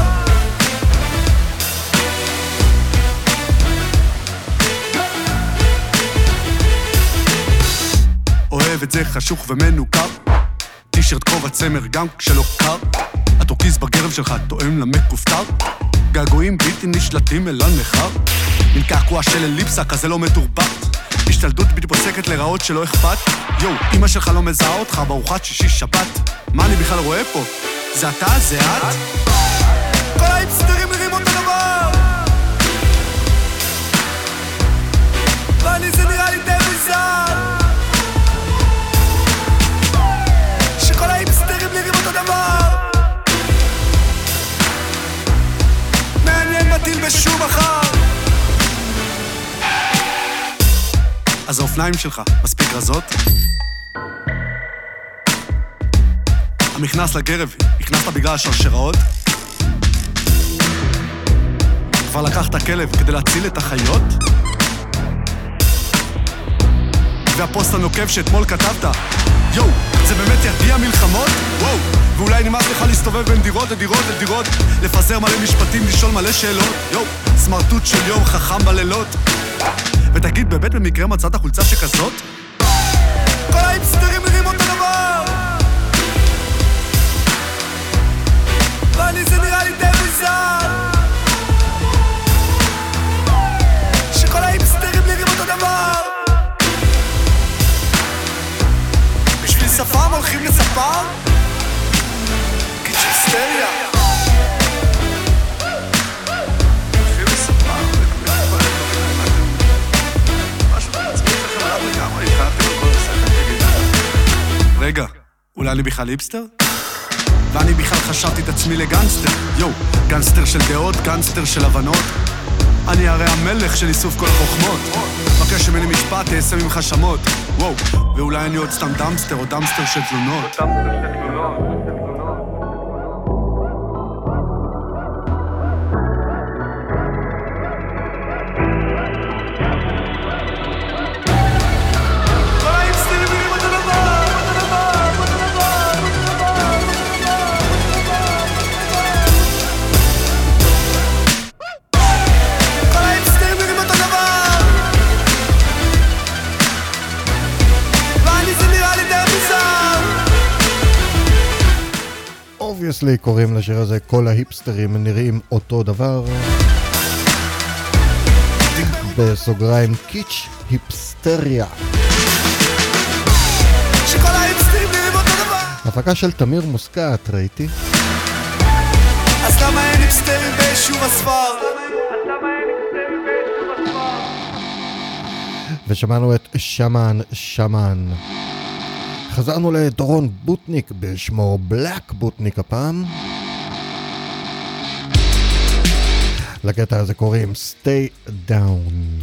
אוהב את זה חשוך ומנוכר, טישרט כובע צמר גם כשלא קר, התוקיס בגרב שלך תואם למקופטר, געגועים בלתי נשלטים אל הנחר, מין קעקוע של אליפסה כזה לא מתורבת, השתלדות בלתי פוסקת לראות שלא אכפת. יו, אמא שלך לא מזהה אותך בארוחת שישי שבת, מה אני בכלל רואה פה? זה אתה? זה את? כל האיפסטרים נראים אותו דבר, ואני זה נראה לי די מוזר שכל האיפסטרים נראים אותו דבר. מעניין מטיל בשום אחר, אז האופניים שלך מספיק רזות? המכנס לגרב, נכנסת בגלל השרשראות? כבר לקחת כלב כדי להציל את החיות? והפוסט הנוקב שאתמול כתבת, יו, זה באמת ידיע מלחמות? וואו, ואולי נמאס לך להסתובב בין דירות לדירות לדירות, לפזר מלא משפטים, לשאול מלא שאלות, יו, סמרטוט של יום חכם בלילות. ותגיד, באמת במקרה מצאת החולצה שכזאת? כל האיפסטרים נראים אותו דבר, ואני זה נראה לי די מוזר שכל האיפסטרים נראים אותו דבר. בשביל שפם הולכים לספר? קיץ' היסטריה. הולכים לספר, משהו תצמיד לכם עליו לגמרי, התחלתי לכל הסכם תגידה. רגע, אולי אני בכלל היפסטר? ואני בכלל חשבתי את עצמי לגנסטר, יו, גנסטר של דעות, גנסטר של הבנות. אני הרי המלך של איסוף כל החוכמות, בקש ממני משפט, תעשה ממך שמות, וואו, ואולי אני עוד סתם דמסטר או דמסטר של תלונות. obviously קוראים לשיר הזה כל ההיפסטרים נראים אותו דבר, בסוגריים קיץ' היפסטריה, שכל ההיפסטרים נראים אותו דבר. הפקה של תמיר מוסקת, ראיתי. אז למה אין היפסטרים ביישוב הספר? ושמענו את שמן שמן. חזרנו לדורון בוטניק בשמו בלק בוטניק הפעם. לקטע הזה קוראים Stay Down.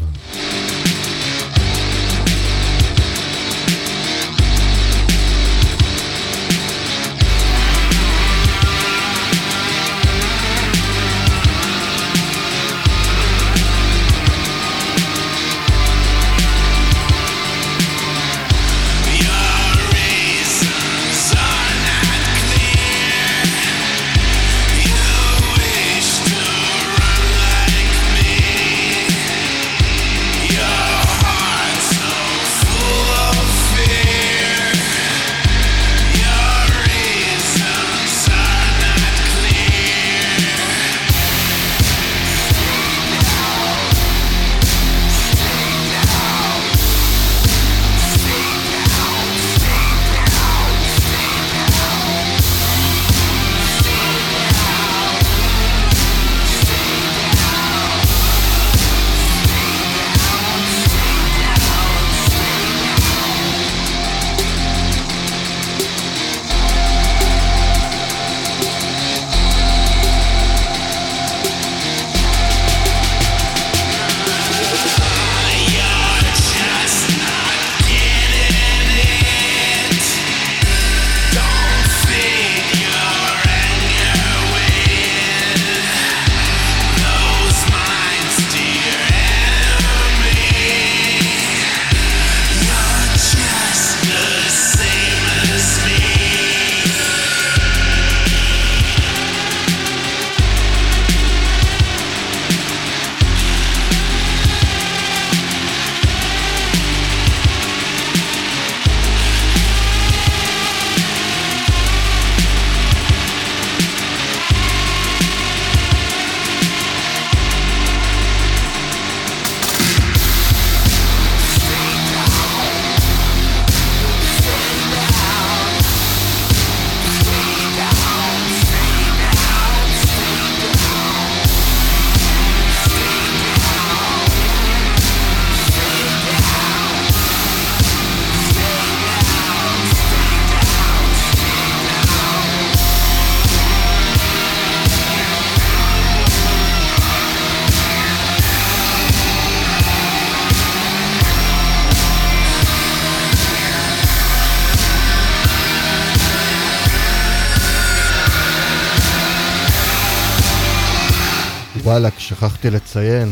וואלק, שכחתי לציין.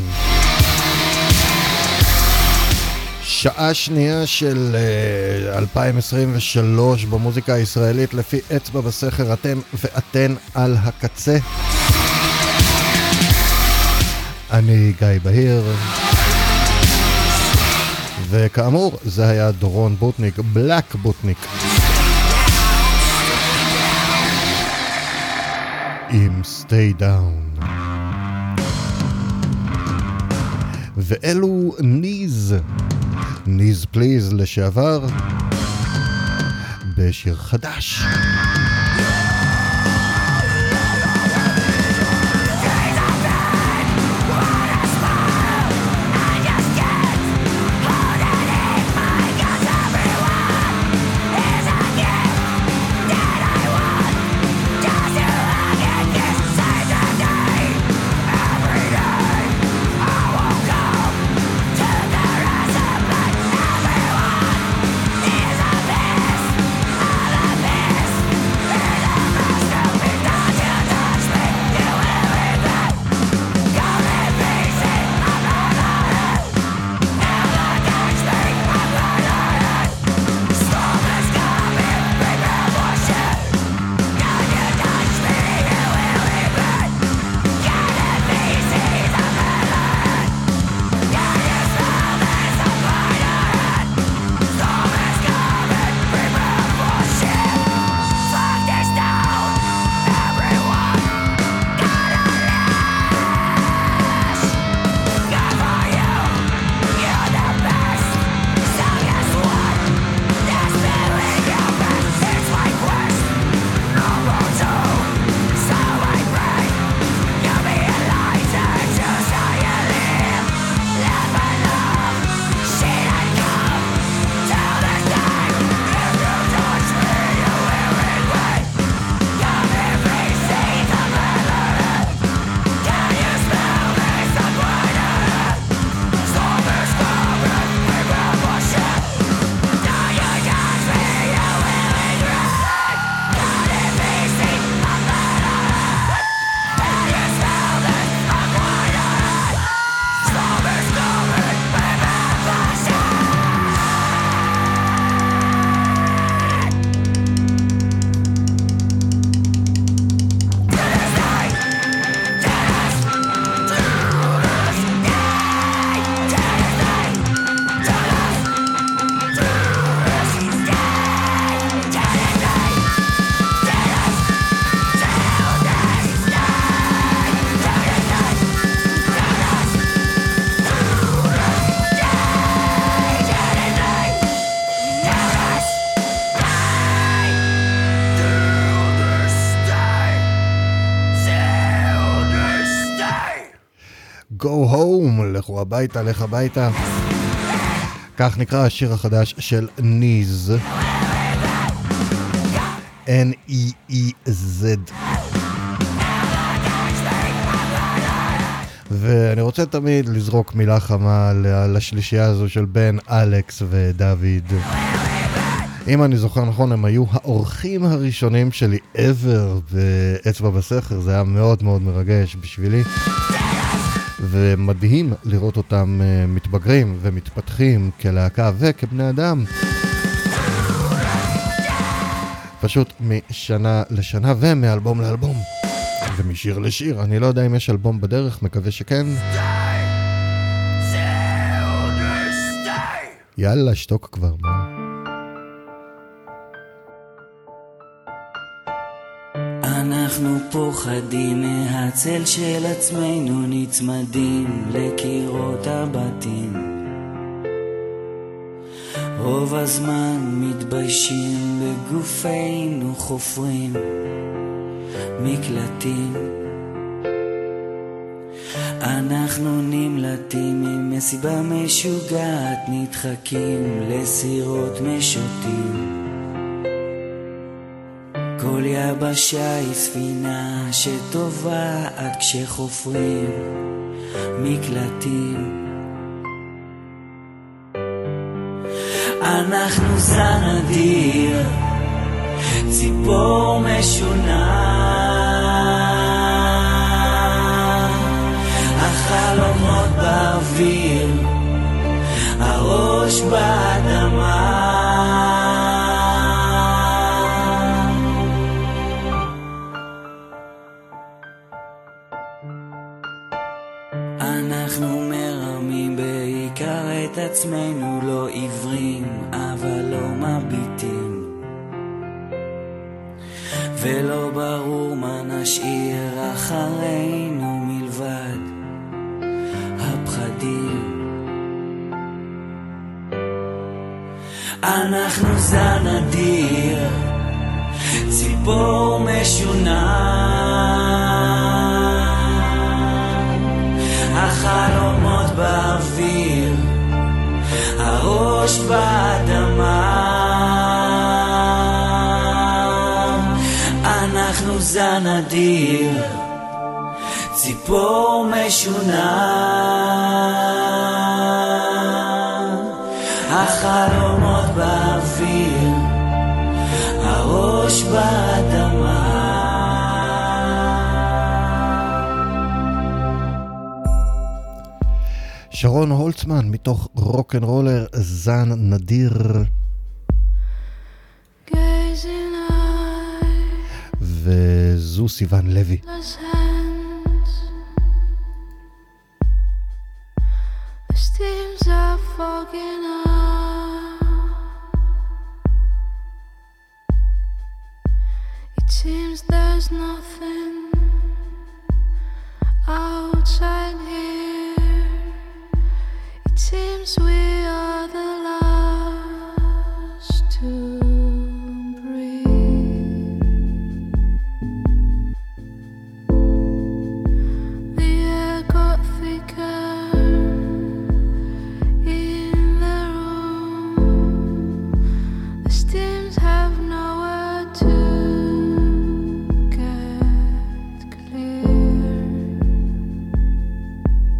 שעה שנייה של uh, אלפיים עשרים ושלוש במוזיקה הישראלית לפי אצבע בסכר, אתם ואתן על הקצה. אני גיא בהיר, וכאמור זה היה דורון בוטניק, בלק בוטניק, עם Stay Down. ואלו ניז, ניז פליז לשעבר, בשיר חדש. Go home, לכו הביתה, לך הביתה. כך נקרא השיר החדש של ניז, N E E Z. ואני רוצה תמיד לזרוק מילה חמה לשלישייה הזו של בן, אלכס ודוד. אם אני זוכר נכון, הם היו האורחים הראשונים שלי ever באצבע בסכר. זה היה מאוד מאוד מרגש בשבילי, ומדהים לראות אותם מתבגרים ומתפתחים כלהקה וכבני אדם, פשוט משנה לשנה ומאלבום לאלבום ומשיר לשיר. אני לא יודע אם יש אלבום בדרך, מקווה שכן. יאללה, שתוק כבר. אנחנו פוחדים מהצל של עצמנו, נצמדים לקירות הבתים, רוב הזמן מתביישים בגופנו, חופרים מקלטים. אנחנו נמלטים ממסיבה משוגעת, נדחקים לסירות משוטים. כל יבשה היא ספינה שטובעת כשחופרים מקלטים. אנחנו זן אדיר, ציפור משונה, הראש באדמה. אנחנו מרמים בעיקר את עצמנו, לא עיוורים אבל לא מביטים, ולא ברור מה נשאיר אחרינו מלבד הפחדים. אנחנו זן אדיר, ציפור משונה, החלומות באוויר, הראש באדמה. אנחנו זן אדיר, ציפור משונה, החלומות באוויר, הראש באדמה. שרון הולצמן מתוך רוק'נ'רולר, זן נדיר. וזו סיוון לוי. The steams are fogging up. It seems there's nothing outside here. It seems we are the last to breathe. The air got thicker in the room. The steams have nowhere to get clear.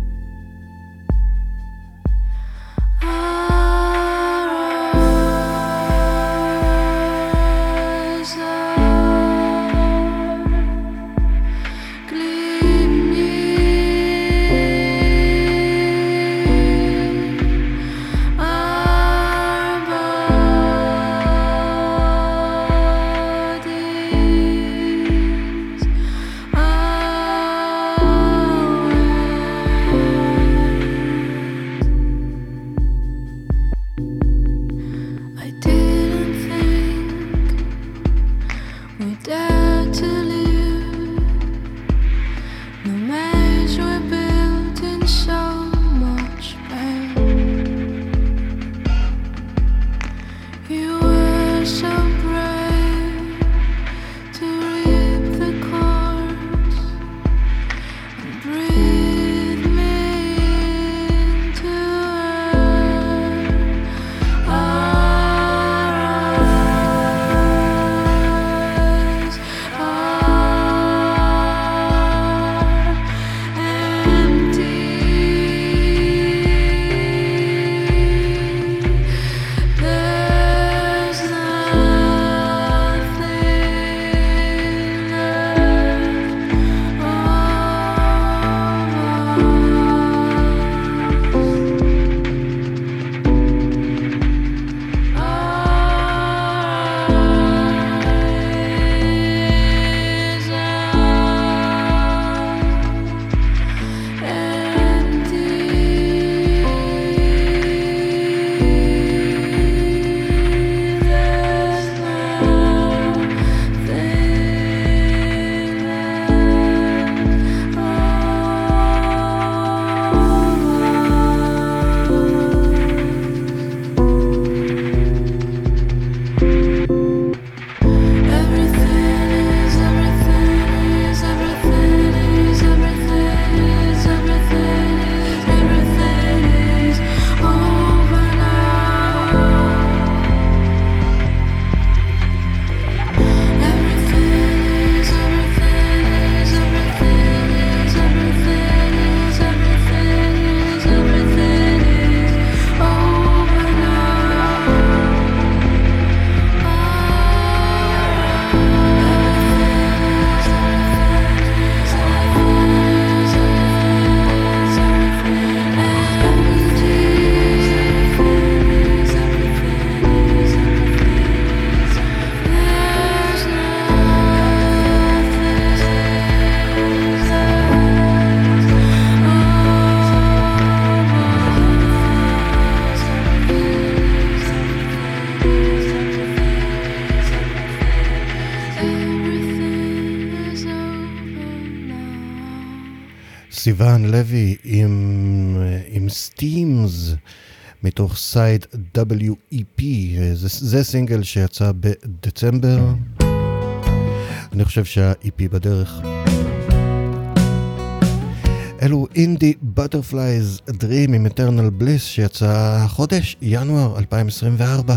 סיוון לוי עם, עם סטימס מתוך סייד דאבליו אי פי. זה, זה סינגל שיצא בדצמבר. אני חושב שה-אי פי בדרך. אלו אינדי בטרפלייז דרים עם אטרנל בליס שיצא חודש ינואר אלפיים עשרים וארבע.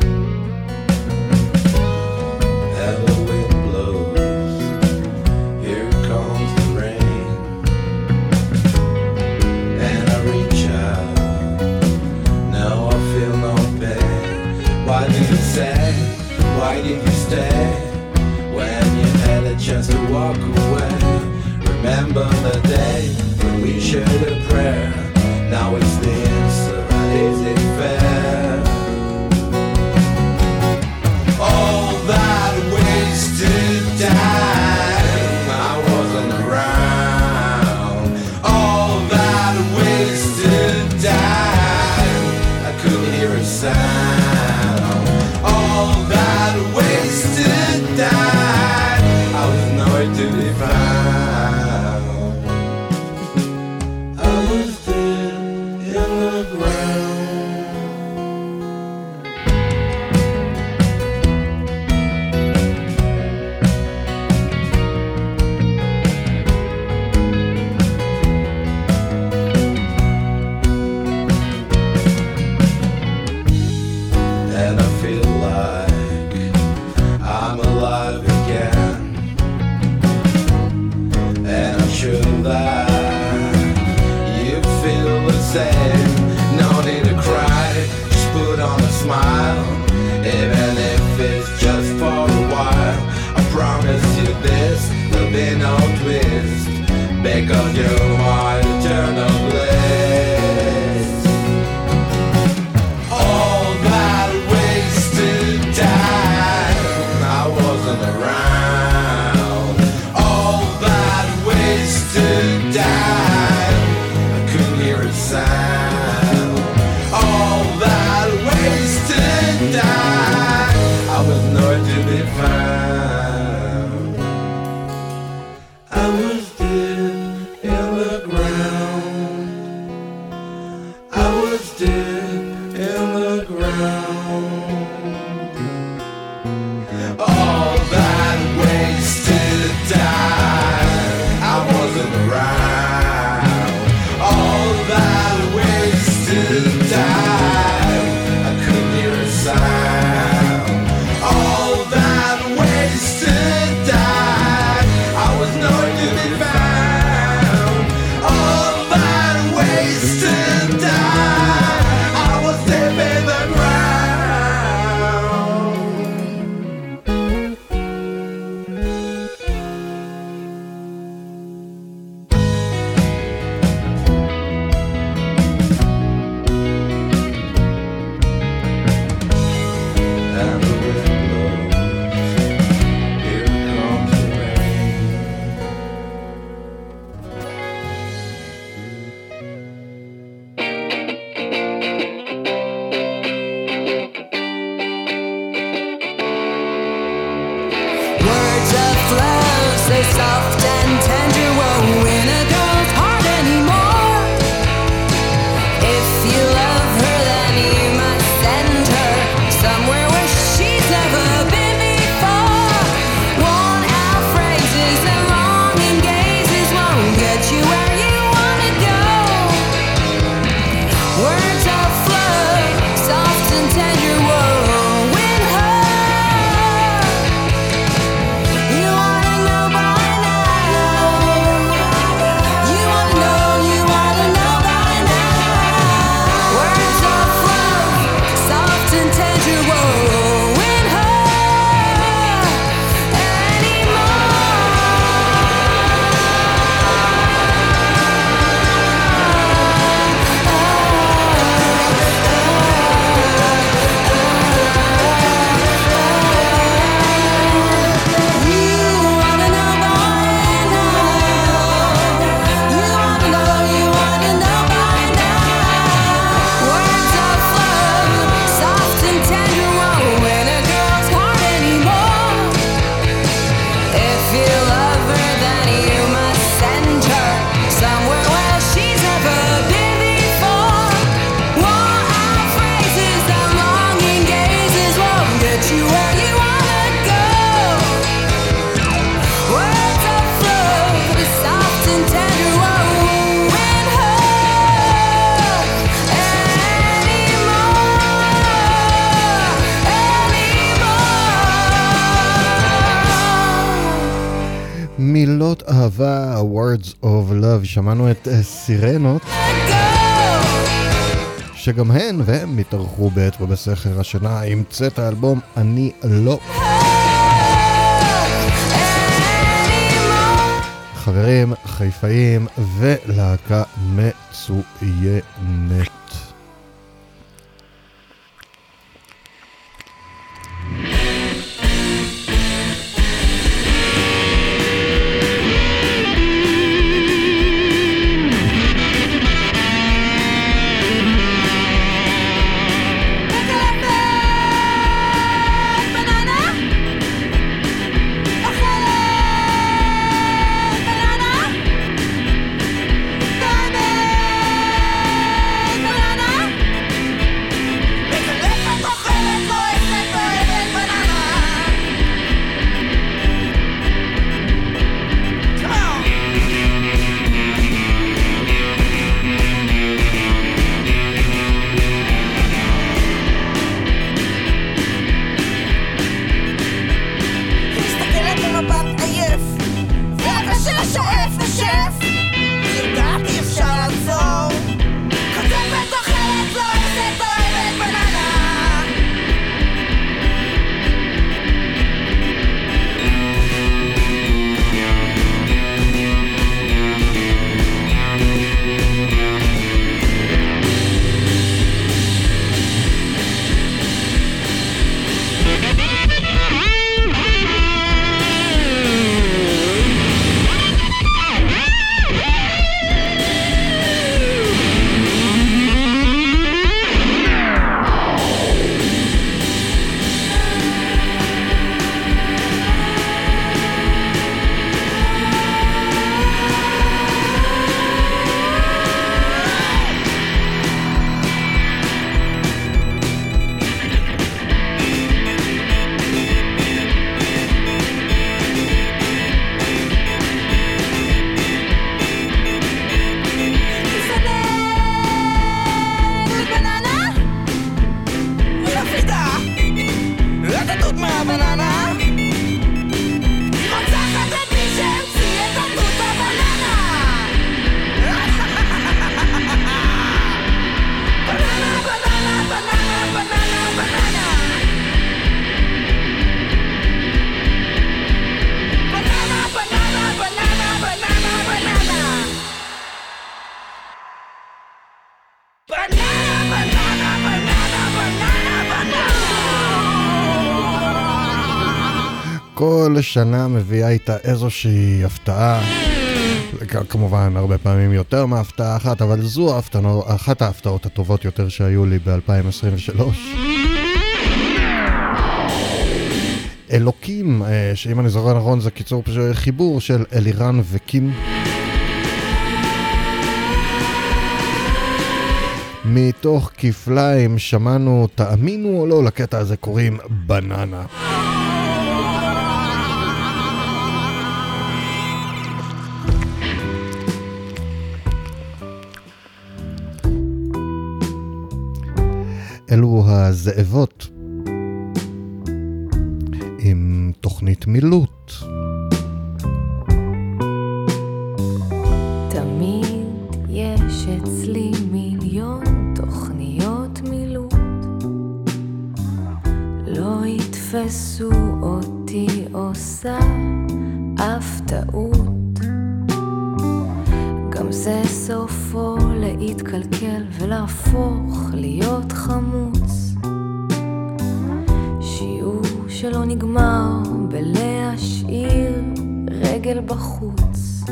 Why did you say, why did you stay when you had a chance to walk away? Remember the day when we shared a prayer. Now it's the answer, is it fair? All that wasted time, I wasn't around. All that wasted time, I couldn't hear a sound. All that wasted time, I was nowhere to be found. I was dead in the ground. And I feel like I'm alive again. And I'm sure that you feel the same. No need to cry, just put on a smile. Even if it's just for a while, I promise you this, there'll be no twist, because you are eternal bliss. All that wasted time, I wasn't around. All that wasted time, I couldn't hear a sound. All that wasted time, I was nowhere to be found. I was dead in the ground. I was dead in the ground. All that wasted time, I wasn't around. All that wasted time, I couldn't hear a sound. All that wasted time, I was nowhere to be found. All that wasted time, I was dead in the ground. And the wind blows, here comes the rain. Words of love, say soft and tender, won't win a girl's heart anymore. If you love her, then you must send her somewhere where she's never been before. Worn out phrases and longing gazes won't get you where you wanna go. Words of love, soft and tender, won't win her. You ought to know by now. מילות אהבה, Words of Love. שמענו את סירנות, שגם הן והם התארחו בעת ובסכר השנה עם צאת האלבום אני לא. חברים חיפאים ולהקה מצוינת. כל שנה מביאה איתה איזושהי הפתעה, כמובן הרבה פעמים יותר מהפתעה אחת, אבל זו אחת ההפתעות הטובות יותר שהיו לי ב-אלפיים עשרים ושלוש. אלוקים, שאם אני זוכר נכון זה קיצור חיבור של אלירן וקים. מתוך כפליים שמענו, תאמינו או לא, לקטע הזה קוראים בננה. אלו הזאבות עם תוכנית מילוט. תמיד יש אצלי מיליון תוכניות מילוט, לא יתפסו אותי עושה אף טעות, גם זה סופו להתקלקל ולהפוך להיות חמוץ, שיעור שלא נגמר בלהשאיר רגל בחוץ.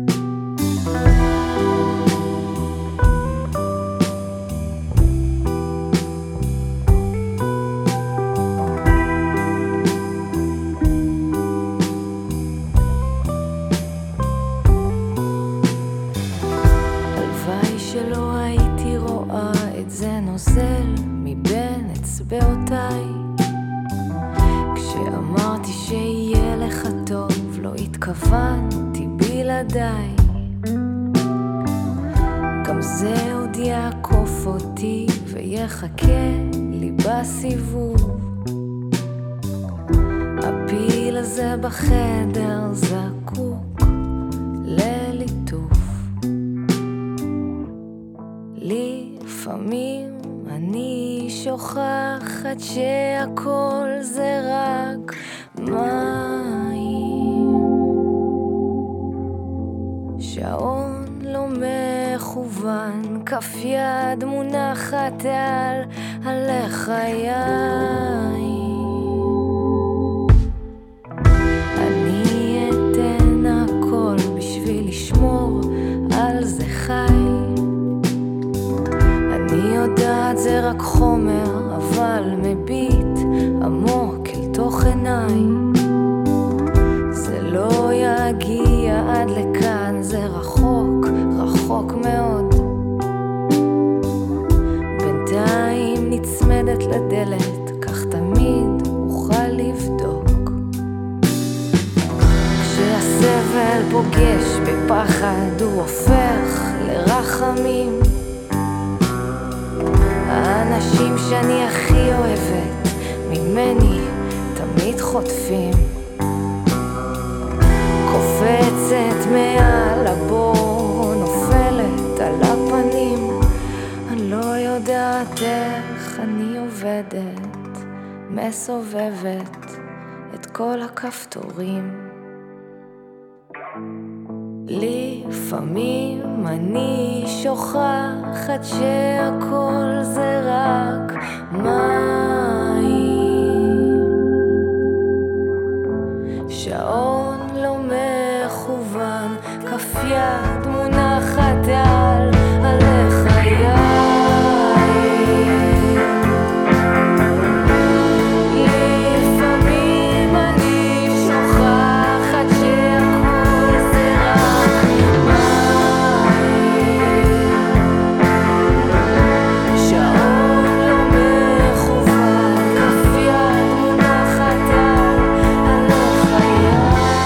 הלוואי שלא הייתי רואה את זה נוזל מבין אצבעותיי, כשאמרתי שיהיה לך טוב לא התכוונתי בלעדיי, גם זה עוד יעקוף אותי ויחכה לי בסיבוב, הפיל הזה בחדר זקוק לליטוף. לפעמים אני שוכחת שהכל זה רק מים. שעון לא מכוון, כף יד מונחת על הלחיים. אני אתן הכל בשביל לשמור על זה חי. אני יודעת זה רק חומר, אבל מביט עמוק אל תוך עיניי. זה לא יגיע עד לכאן, זה רחוק, רחוק מאוד. בינתיים נצמדת לדלת, כך תמיד אוכל לבדוק. כשהסבל פוגש בפחד הוא הופך לרחמים. האנשים שאני הכי אוהבת ממני תמיד חוטפים. קופצת מעל הבור, נופלת על הפנים. אני לא יודעת איך אני עובדת, מסובבת את כל הכפתורים. לפעמים אני שוכחת שהכל זה רק מים. שעון לא מכוון, כף יד מונחת על הלחיים. לפעמים אני שוכחת שהכל זה רק מים. שעון לא מכוון, כף יד מונחת על הלחיים.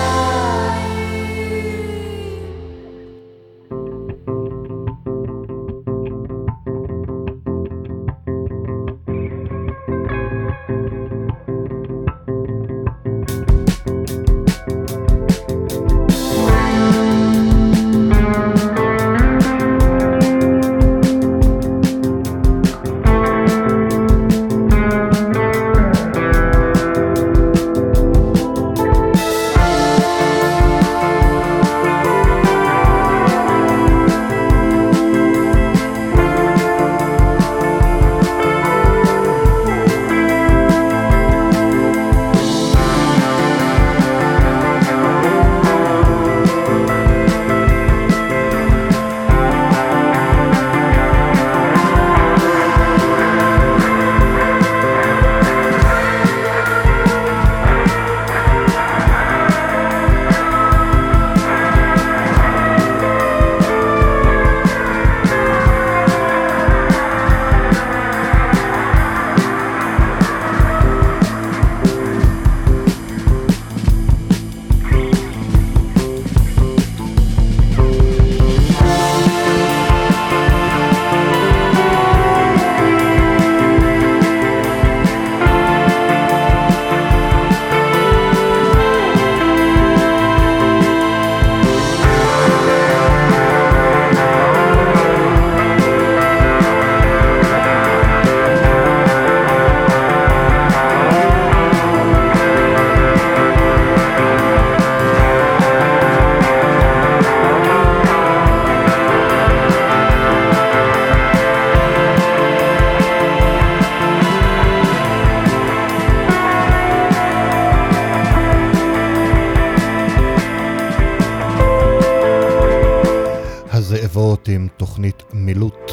הזאבות עם תוכנית מילוט.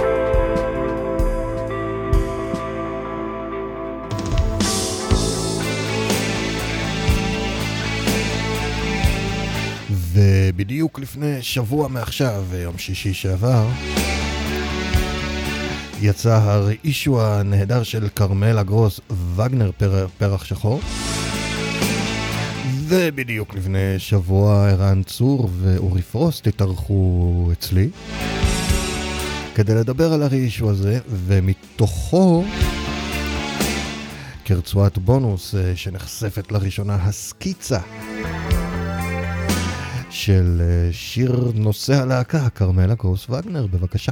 ובדיוק לפני שבוע מעכשיו, יום שישי שעבר, יצא הרישו הנהדר של קרמלה גרוס, וגנר פר, פרח שחור. ובדיוק לפני שבוע ערן צור ואורי פרוסט התארחו אצלי כדי לדבר על הרישו הזה, ומתוכו כרצועת בונוס שנחשפת לראשונה הסקיצה של שיר נושא הלהקה, קרמלה גרוס וגנר, בבקשה.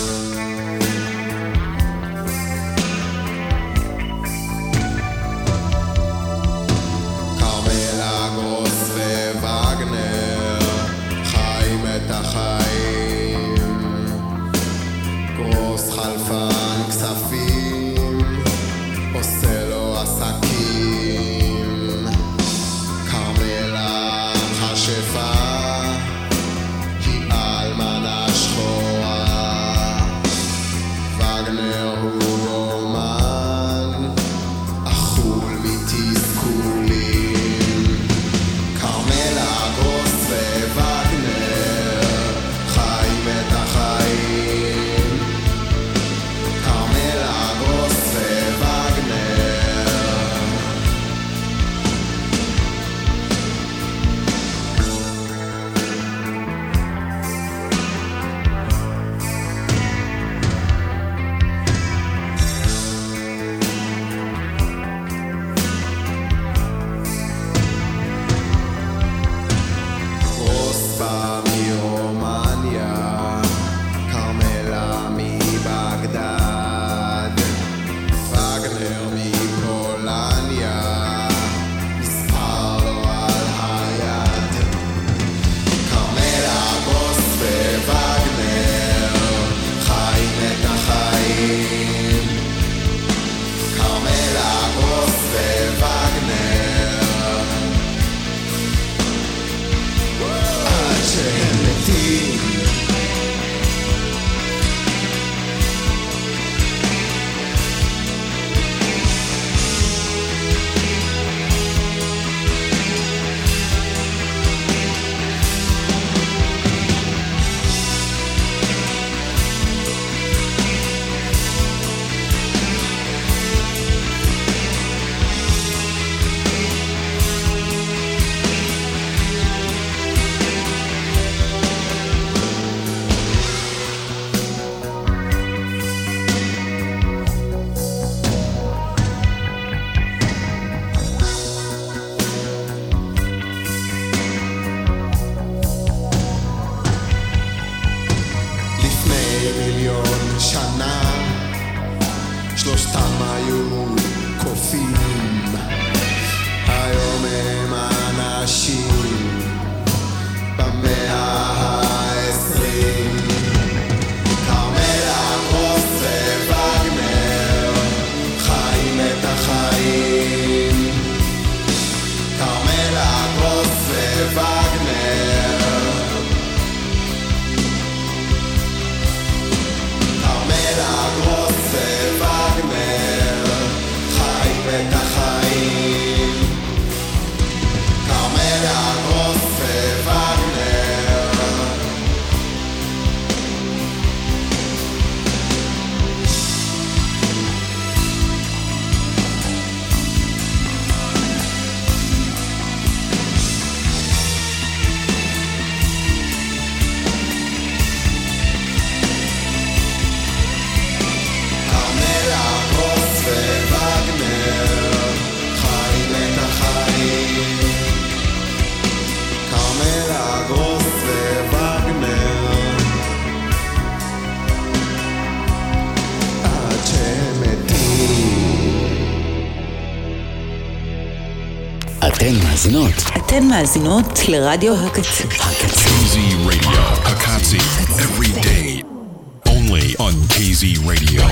אתן מאזינות. אתן מאזינות לרדיו הקצה. קייזי רדיו, הקצה, every day, only on קייזי רדיו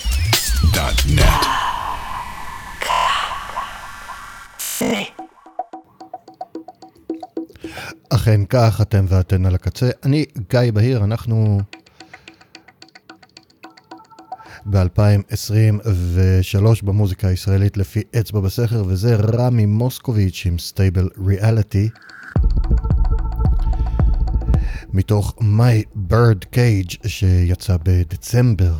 דוט נט. אכן כך, אתם ואתן על הקצה. אני גיא בהיר, אנחנו ב-אלפיים עשרים ושלוש במוזיקה הישראלית לפי אצבע בסכר, וזה רמי מוסקוביץ' עם סטייבל ריאליטי מתוך My Bird Cage שיצא בדצמבר.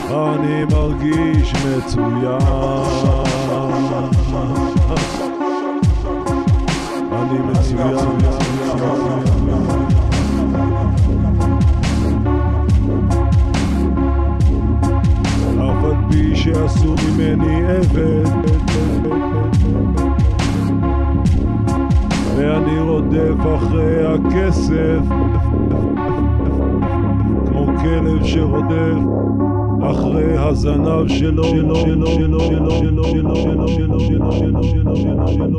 אני מרגיש מצוין, אני מצוין, אף על פי שעשו ממני עבד, ואני רודף אחרי הכסף כמו כלב שרודף אחרי הזנב שלו שלו שלו שלו שלו שלו שלו שלו שלו שלו שלו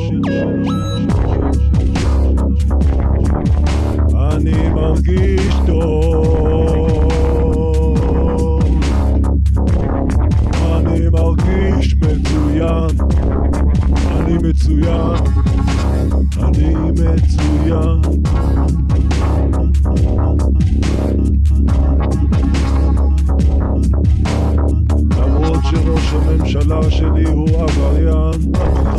אני מרגיש טוב, אני מרגיש מצוין, אני מצוין, אני מצוין, למרות שראש הממשלה שלי הוא עבריין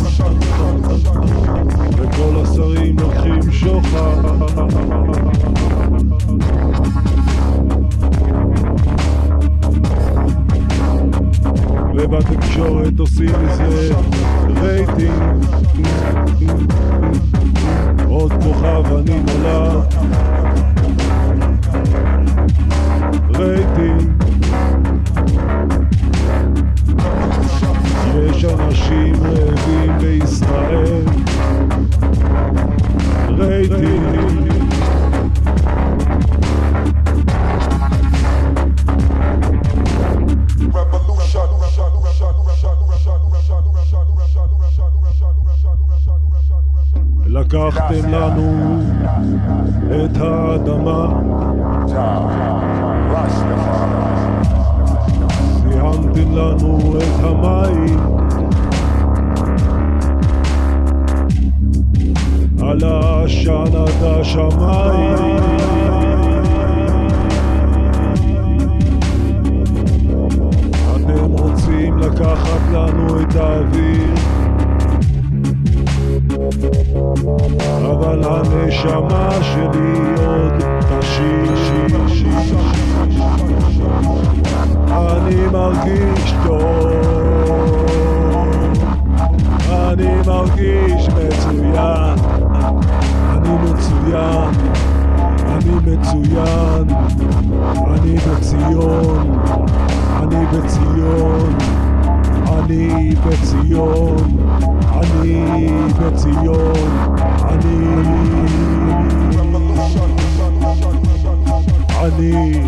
וכל השרים לוקחים שוחד, ובתקשורת עושים מזה רייטינג, עוד כוכב אני נולד, רייטינג, יש אנשים רעבים בישראל, רייטינג, לקחתם לנו את האדמה, סיימתם לנו את המים, על העשן עד השמיים, אתם רוצים לקחת לנו את האוויר, אבל הנשמה שלי עוד תשיש, אני מרגיש טוב, אני מרגיש מצוין, אני מצוין, אני מצוין, אני בציון, אני בציון, אני בציון, אני בציון, אני אני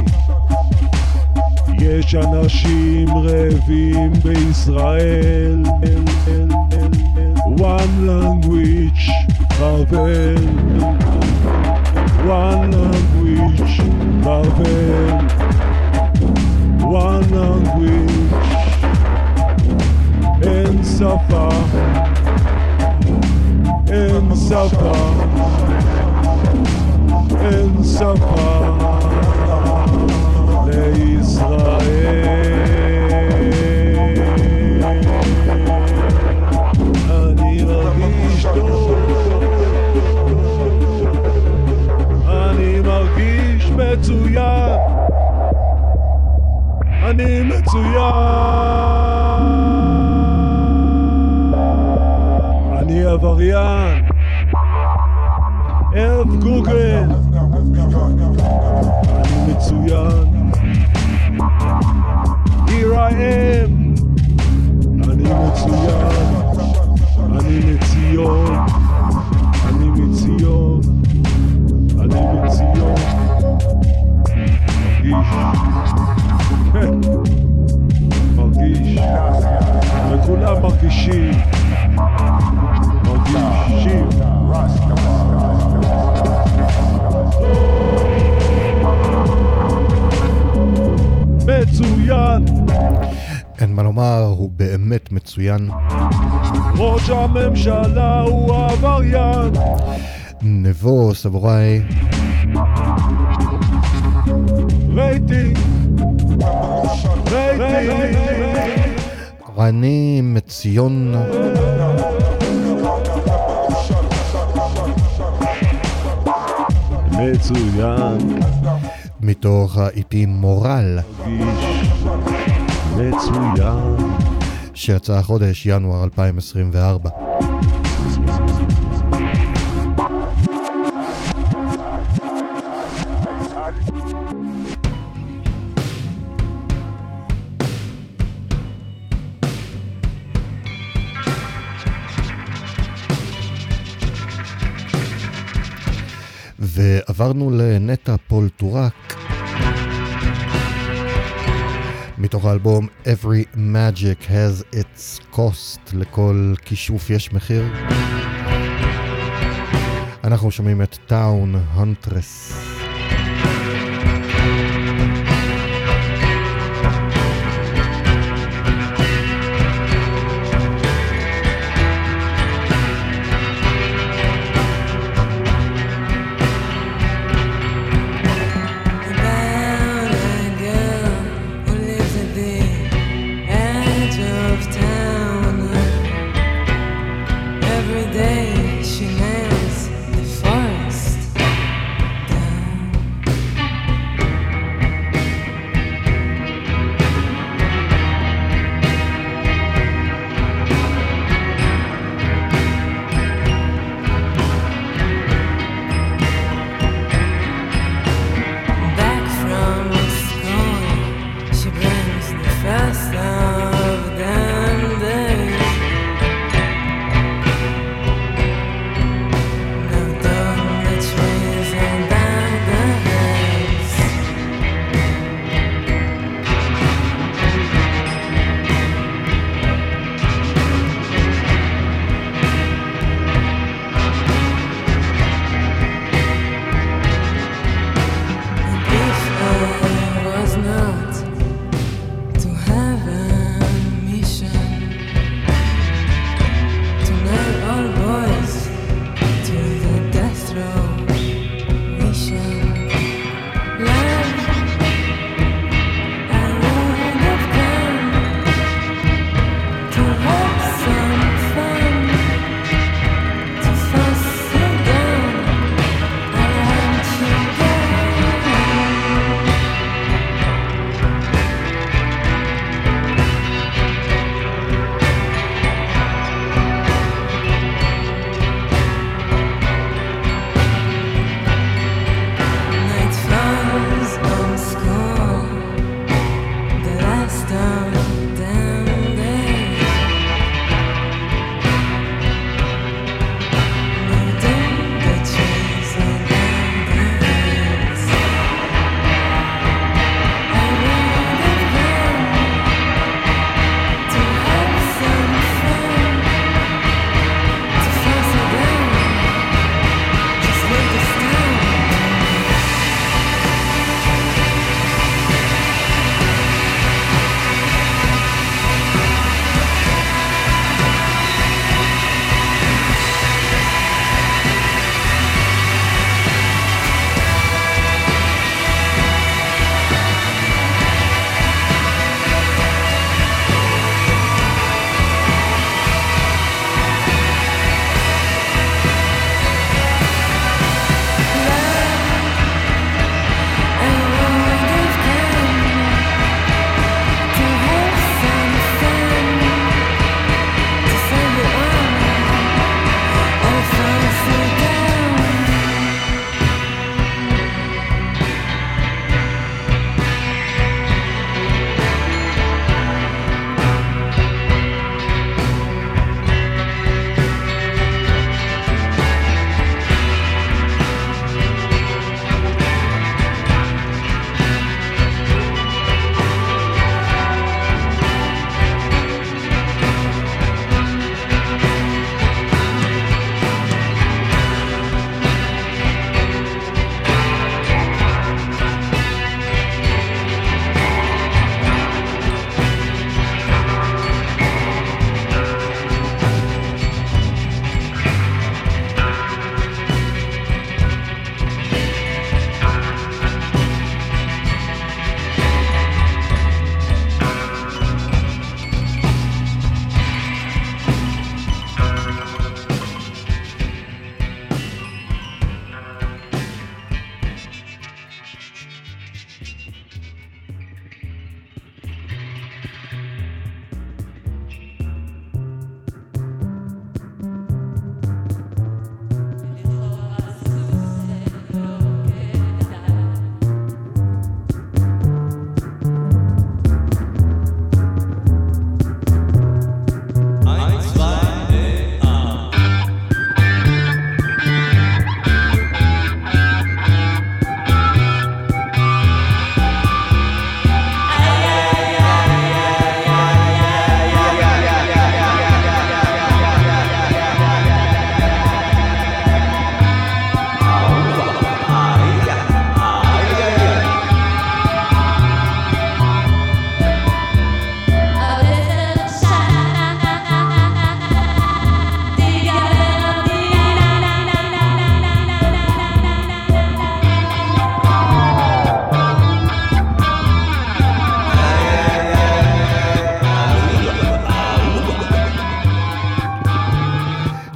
יש אנשים רעבים בישראל, one language ברבל, one language ברבל, one language, אין שפה, אין שפה, אין שפה לישראל, אני מרגיש טוב, אני מרגיש מצוין, אני מצוין, אני עבריין, ערב גוגל, אני מצוין, here I am, אני מצוין, אני מציון, אני מציון, אני מציון, מרגיש, מרגיש, וכולם מרגישים, מרגישים, מצוין, אין מה לומר, הוא באמת מצוין. ראש הממשלה הוא עבריין, נבו סבוראי, רייטינג, רייטינג, אני מציון, מצוין, מתוך ה-אי פי מורל. מצוין. שיצא החודש ינואר אלפיים עשרים וארבע. ועברנו לנטה פול טורק מתוך האלבום Every Magic Has Its Cost, לכל כישוף יש מחיר. אנחנו שומעים את Town Huntress.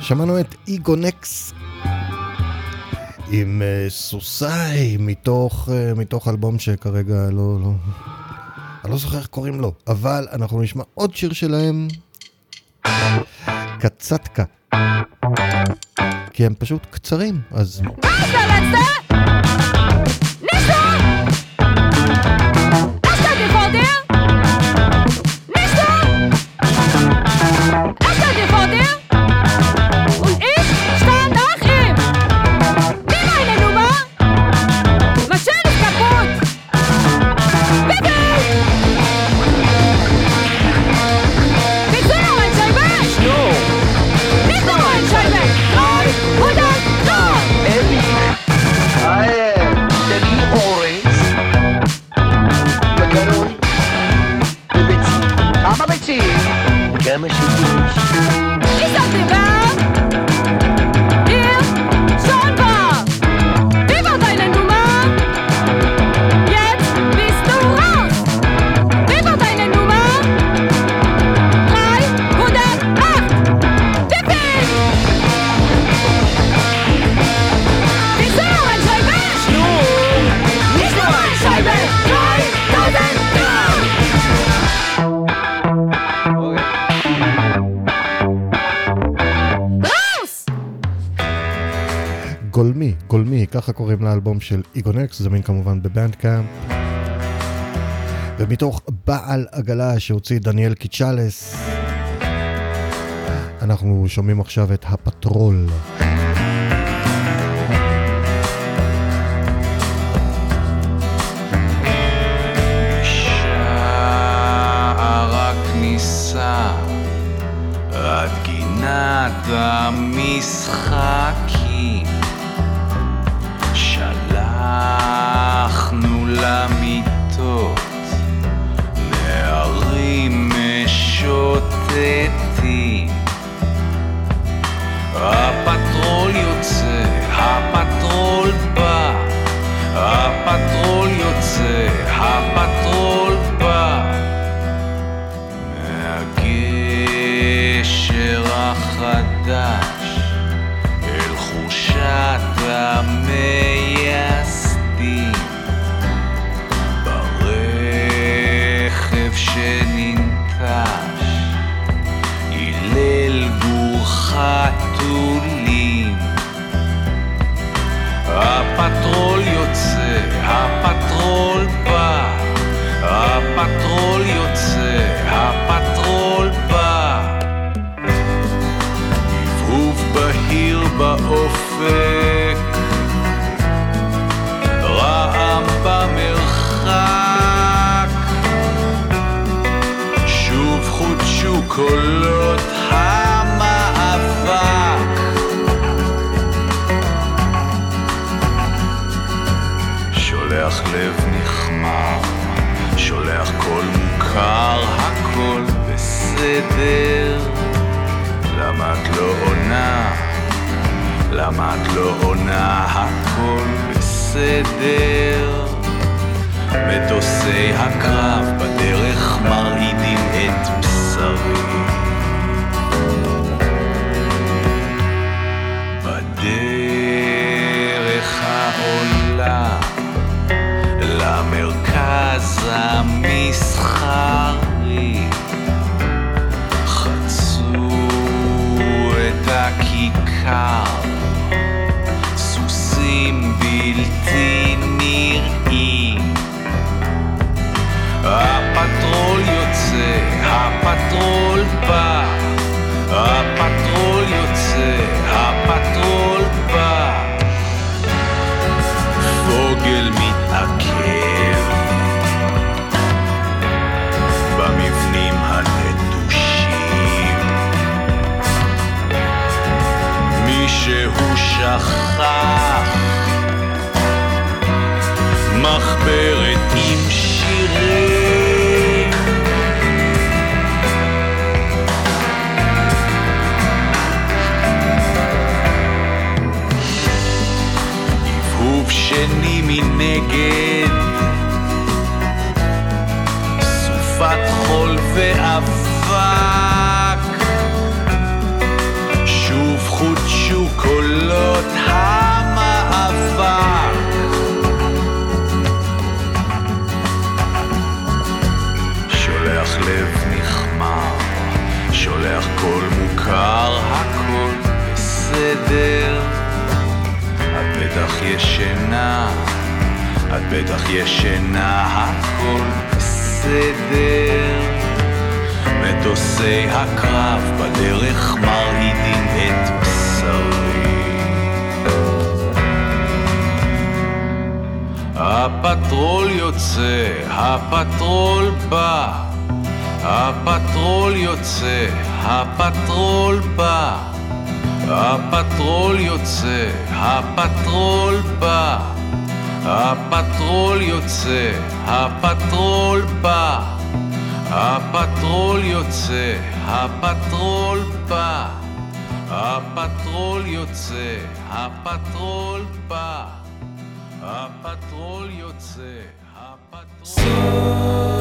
שמענו את איגונקס עם uh, סוסאי מתוך, uh, מתוך אלבום שכרגע לא, לא, אני לא זוכר איך קוראים לו, אבל אנחנו נשמע עוד שיר שלהם, קצתקה, כי הם פשוט קצרים, אז... כמה שיתוש איסטר דיבר hier schon war wie war deine Nummer jetzt bist du raus wie war deine Nummer dreihundertacht wie viel bist du ein Scheibe nicht nur ein Scheibe dreitausend גולמי, גולמי, ככה קוראים לאלבום של איגונקס, זמין כמובן בבנדקאמפ. ומתוך בעל עגלה שהוציא דניאל קיצ'לס, אנחנו שומעים עכשיו את הפטרול. שער הכניסה עד גינת המשחקים שלחנו למיטות נערים משוטטים הפטרול יוצא, הפטרול בא הפטרול יוצא, הפטרול בא מהגשר החדש אל חושת המייסדים ברכב שננטש הלל גור חתולים הפטרול יוצא, הפטרול בא הפטרול יוצא, הפטרול בא הבהוב בהיר באופק רעם במרחק שוב חודשו קולות המאבק שולח לב נחמר שולח קול מוכר הכל בסדר למה את לא עונה למה את לא עונה הכל בסדר מטוסי הקרב בדרך מרעידים את בשרי בדרך העולה למרכז המסחרי חצו את הכיכר סוסים בלתי נראים הפטרול יוצא, הפטרול בא הפטרול יוצא, הפטרול בא פוגל מתעכב במבנים הנטושים מישהו שכח מחברת עם שירים הבהוב שני מנגד סופת חול ואבק שוב שולח לב נחמר, שולח קול מוכר, הכל בסדר. את בטח ישנה, את בטח ישנה, הכל בסדר. מטוסי הקרב בדרך מרעידים את בשרי. הפטרול יוצא, הפטרול בא, הפטרול יוצא, הפטרול בא, הפטרול יוצא, הפטרול בא, הפטרול יוצא, הפטרול בא, הפטרול יוצא, הפטרול בא, הפטרול יוצא, הפטרול בא, הפטרול יוצא, הפטרול...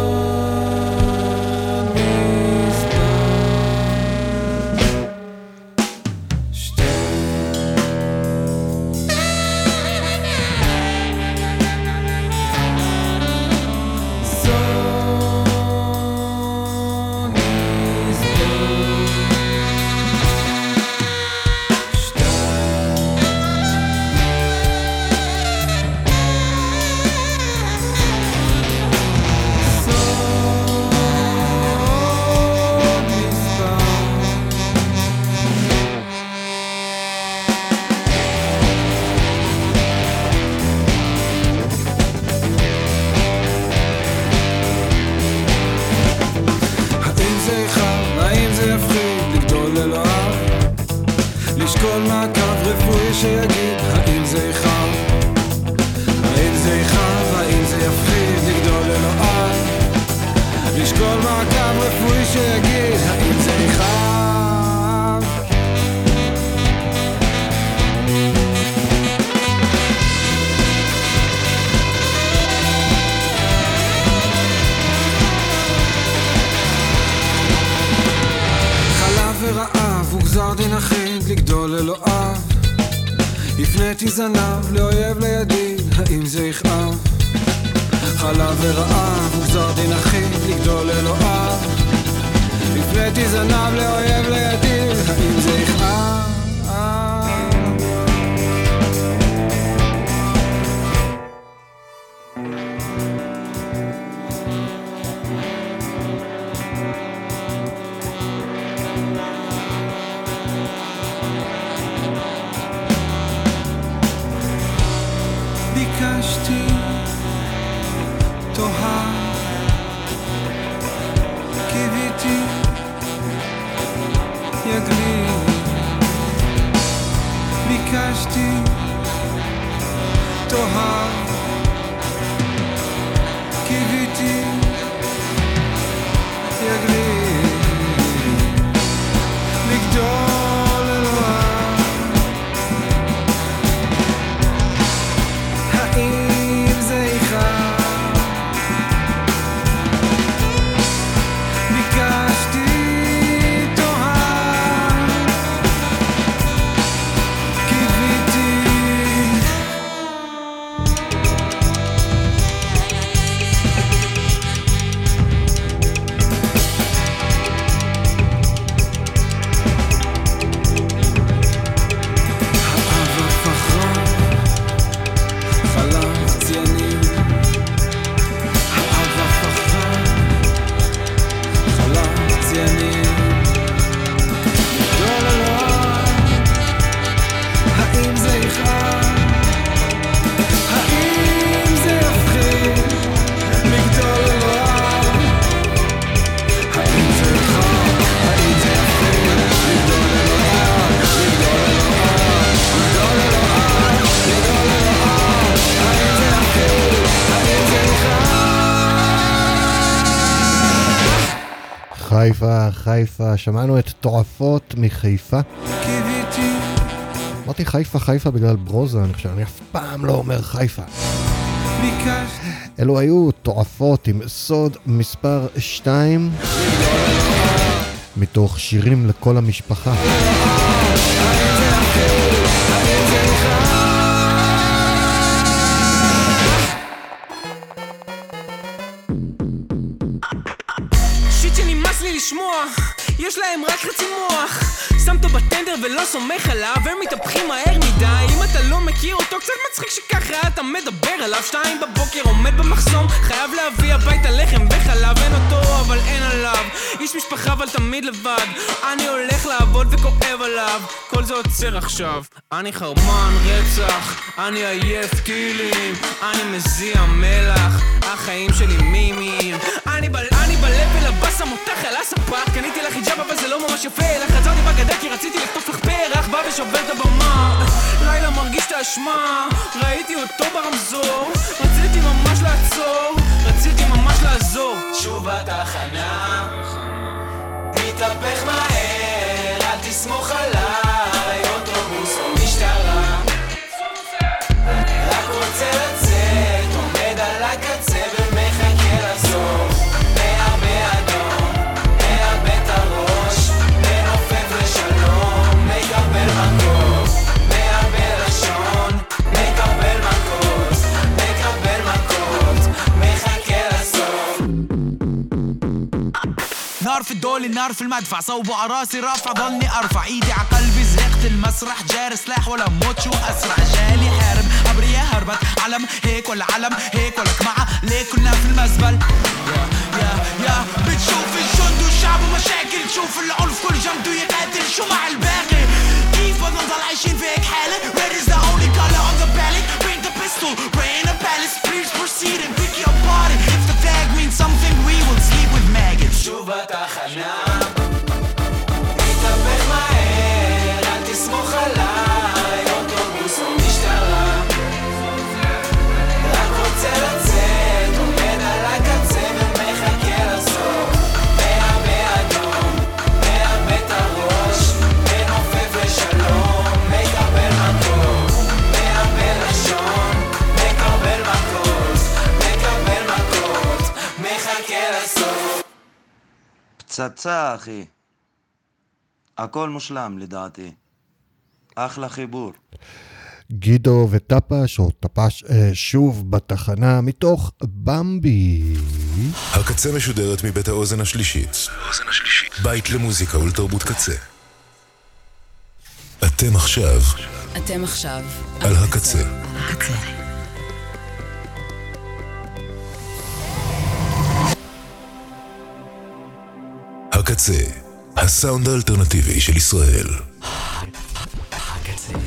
הפניתי זנב לאויב לידי, האם זה יכאב? חלב ורעב וגזר דין אחיד לגדול אלוהיו. הפניתי זנב לאויב לידי, האם זה יכאב? ביקשתי תוהה, קיוויתי יגלי, ביקשתי תוהה, קיוויתי יגלי, לגדול אלוהה. האם זה יכאב? ביקשתי תוהה, קיוויתי האב הפחרון חלב צייני, האב הפחרון חלב צייני, גדול אלוהה. האם זה יכאב? האם זה יפחיד? לגדול אלוהה. האם זה יכאב? האם זה יפחיד? לגדול אלוהה, לגדול אלוהה, לגדול אלוהה, לגדול אלוהה. האם זה יפחיד? האם זה יכאב? חיפה, חיפה, שמענו את תועפות מחיפה. קיוויתי אמרתי חיפה, חיפה בגלל ברוזה, אני חושב, אני אף פעם לא אומר חיפה. ביקשתי אלו היו תועפות עם סוד מספר שתיים מתוך שירים לכל המשפחה. She לי לשמוע, יש להם רק חצי מוח. שם אותו בטנדר ולא סומך עליו, הם מתהפכים מהר מדי. אם אתה לא מכיר אותו קצת מצחיק שככה אתה מדבר עליו. שתיים בבוקר עומד במחסום, חייב להביא הביתה לחם וחלב. אין אותו אבל אין עליו, איש משפחה אבל תמיד לבד. אני הולך לעבוד וכואב עליו, כל זה עוצר עכשיו. אני חרמן רצח, אני עייף טילים, אני מזיע מלח, החיים שלי מימים. אני בל... אני בלבל הבס המותח על הספה, קניתי לך חיג'אב אבל זה לא ממש יפה. לך חזרתי בגדה כי רציתי לכתוב לך פרח, בא ושובר את הבמה, לילה מרגיש את האשמה. ראיתי אותו ברמזור, רציתי ממש לעצור, רציתי ממש לעזור. שוב בתחנה מתהפך מהר, אל תסמוך עליי, אוטובוס או משטרה. רק רוצה לצאת, עומד על הקצה ומחכה לסוף. מהרבה אדום, מאבד את הראש, מנופף לשלום, מקבל מכות. מאבד לשון, מקבל מכות, מקבל מכות, מחכה לסוף. نار في الدولي نار في المدفع صوبوا عراسي رافع ضلني ارفع ايدي على قلبي زهقت المسرح جاري سلاح ولا موت شو اسرع جالي حارب ابريا هربت علم هيك ولا علم هيك ولا كمعة ليه كلنا في المزبل يا يا يا بتشوف الجند والشعب ومشاكل تشوف العنف كل جنده يقاتل شو مع الباقي كيف بدنا نضل عايشين في هيك حالة red is the only color on the ballot bring the pistol bring the palace please proceed and pick your party if the flag means something we will sleep with maggots שוב התחנה מתהפך מהר, אל תסמוך עליי, אוטובוס או משטרה. רק רוצה לצאת, עומד על הקצה ומחכה לסוף. מהרבה אדום, מאבד את הראש, מנופף לשלום, מקבל מכות. מאבד לשון, מקבל מכות, מקבל מכות, מחכה לסוף. פצצה אחי, הכל מושלם לדעתי, אחלה חיבור. גידו וטפש או טפש אה, שוב בתחנה מתוך במבי. הקצה משודרת מבית האוזן השלישית, בית למוזיקה ולתרבות קצה. אתם עכשיו אתם עכשיו על הקצה. הקצה. הקצה, הסאונד האלטרנטיבי של ישראל. הקצה.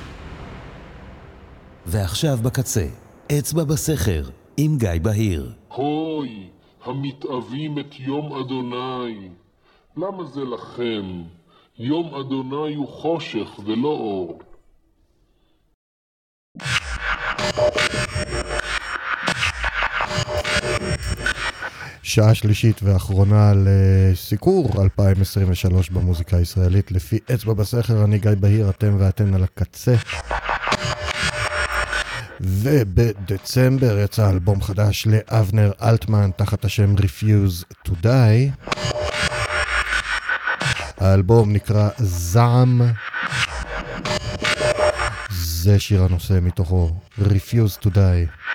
ועכשיו בקצה, אצבע בסכר, עם גיא בהיר. הוי, המתאבים את יום אדוני. למה זה לכם? יום אדוני הוא חושך ולא אור. שעה שלישית ואחרונה לסיקור אלפיים עשרים ושלוש במוזיקה הישראלית לפי אצבע בסכר. אני גיא בהיר, אתם ואתן על הקצה. ובדצמבר יצא אלבום חדש לאבנר אלטמן תחת השם Refuse to Die. האלבום נקרא זעם, זה שיר הנושא מתוכו, Refuse to Die.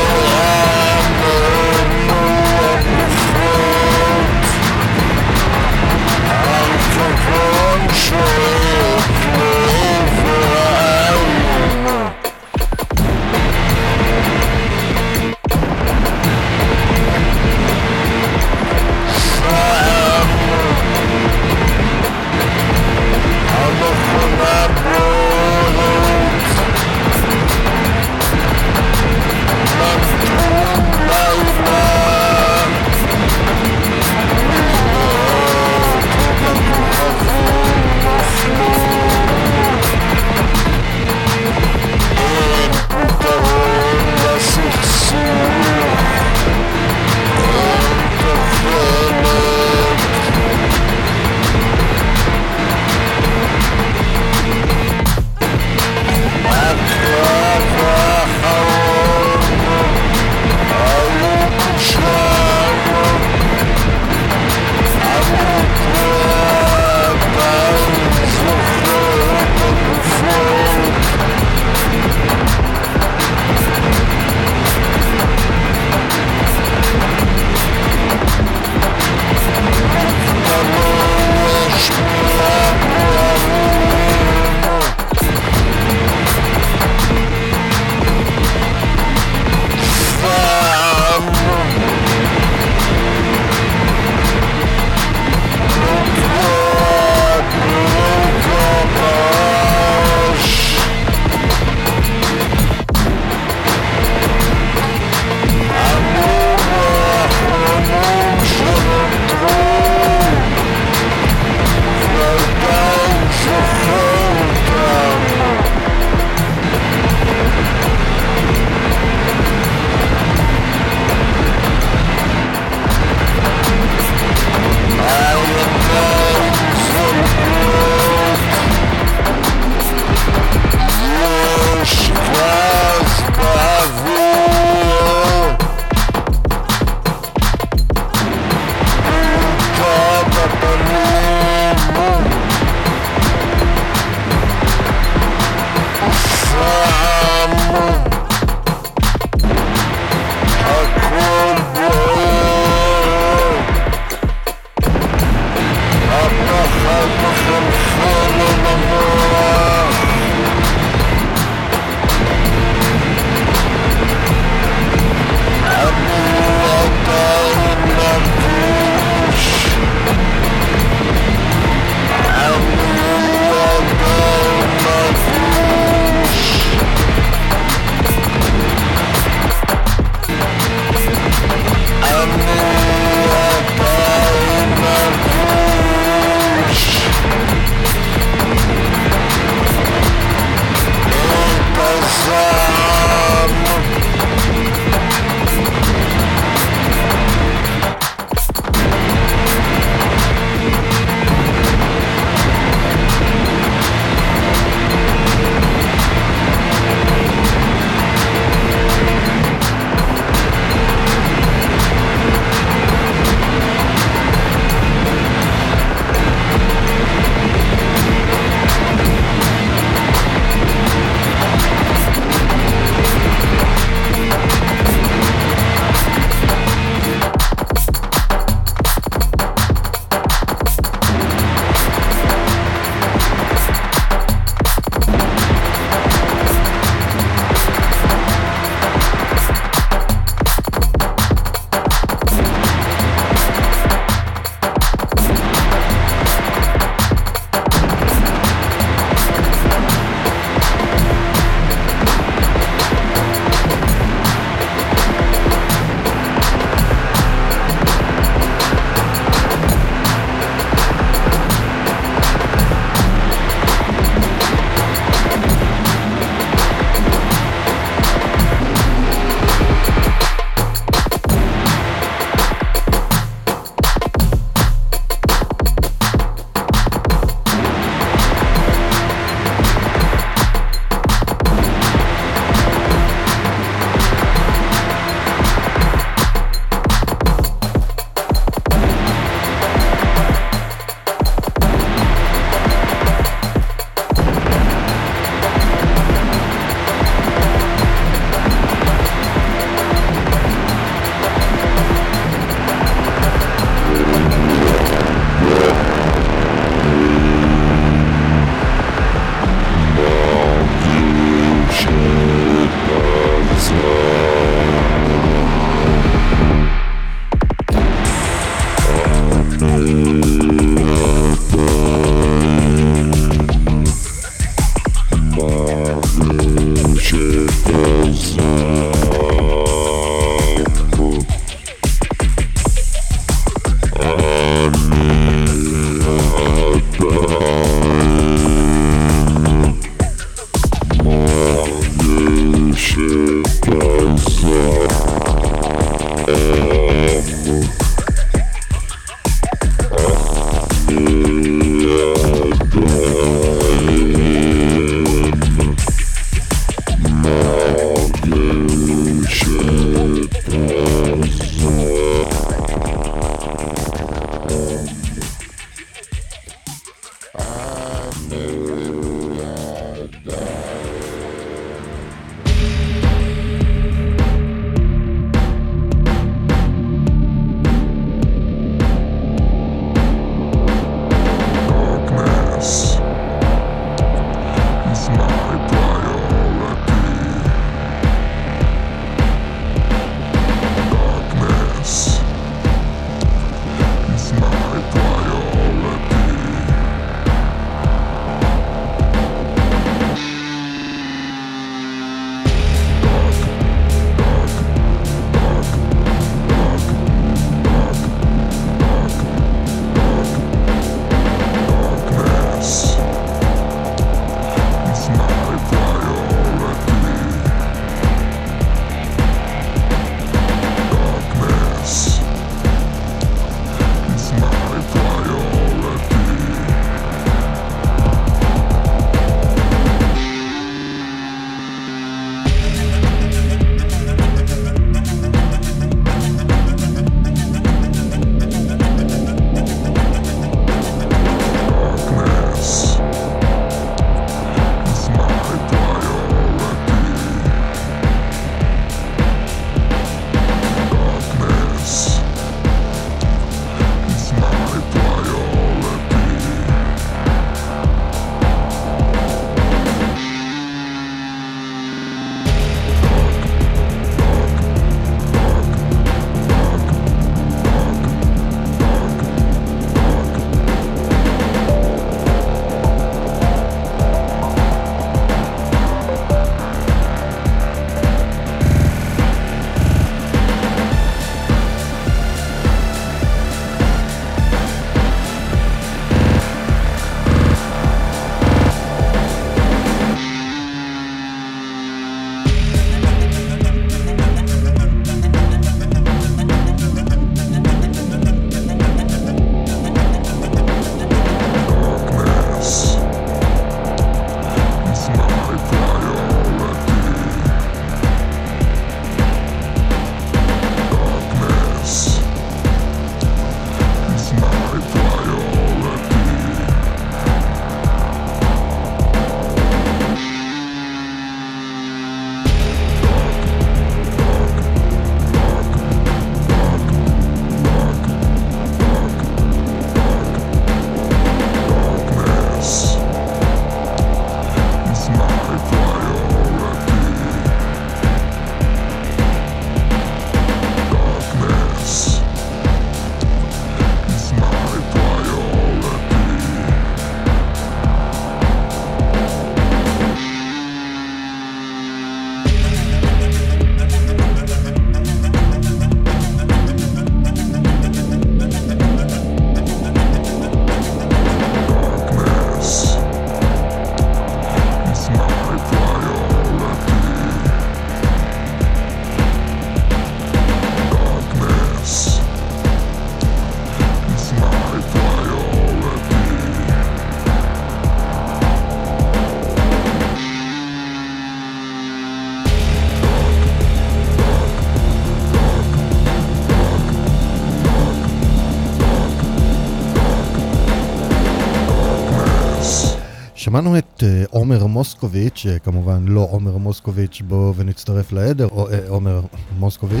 שמענו את עומר מוסקוביץ', כמובן לא עומר מוסקוביץ', בוא ונצטרף לעדר, או עומר מוסקוביץ',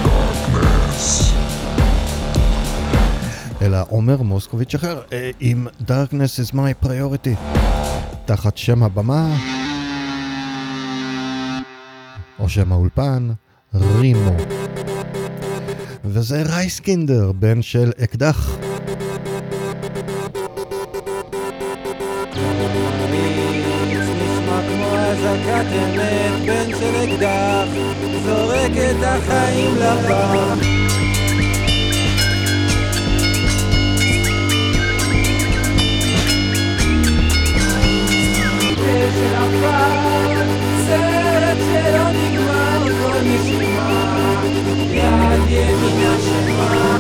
אלא עומר מוסקוביץ' אחר, עם Darkness is my priority, תחת שם הבמה, או שם האולפן, רימו. וזה רייסקינדר, בן של אקדח. נשמע כמו אזעקת אמת, בן של אקדח, זורק את החיים לפח. של הפעם, סרט שלא נגמר, כל נשימה, יד ימין השמה.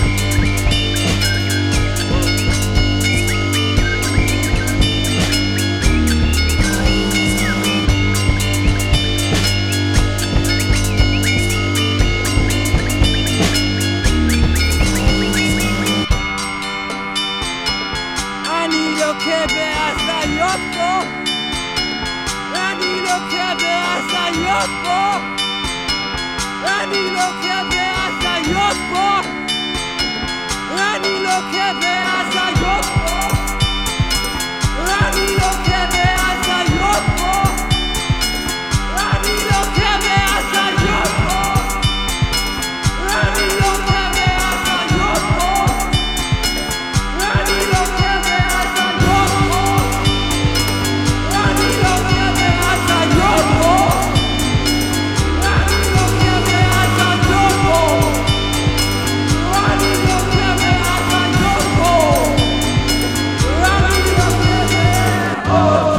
אני לוקה בהזיות פה, אני לוקה בהזיות פה, אני לוקה בהזיות פה, אני לוקה בהזיות פה, אני לוקה בהזיות פה, אני לוקה בהזיות פה, אני לוקה בהזיות פה, אני לוקה בהזיות פה, אני לוקה בהזיות פה, אני לוקה בהזיות פה, אני לוקה בהזיות פה, אני לוקה בהזיות.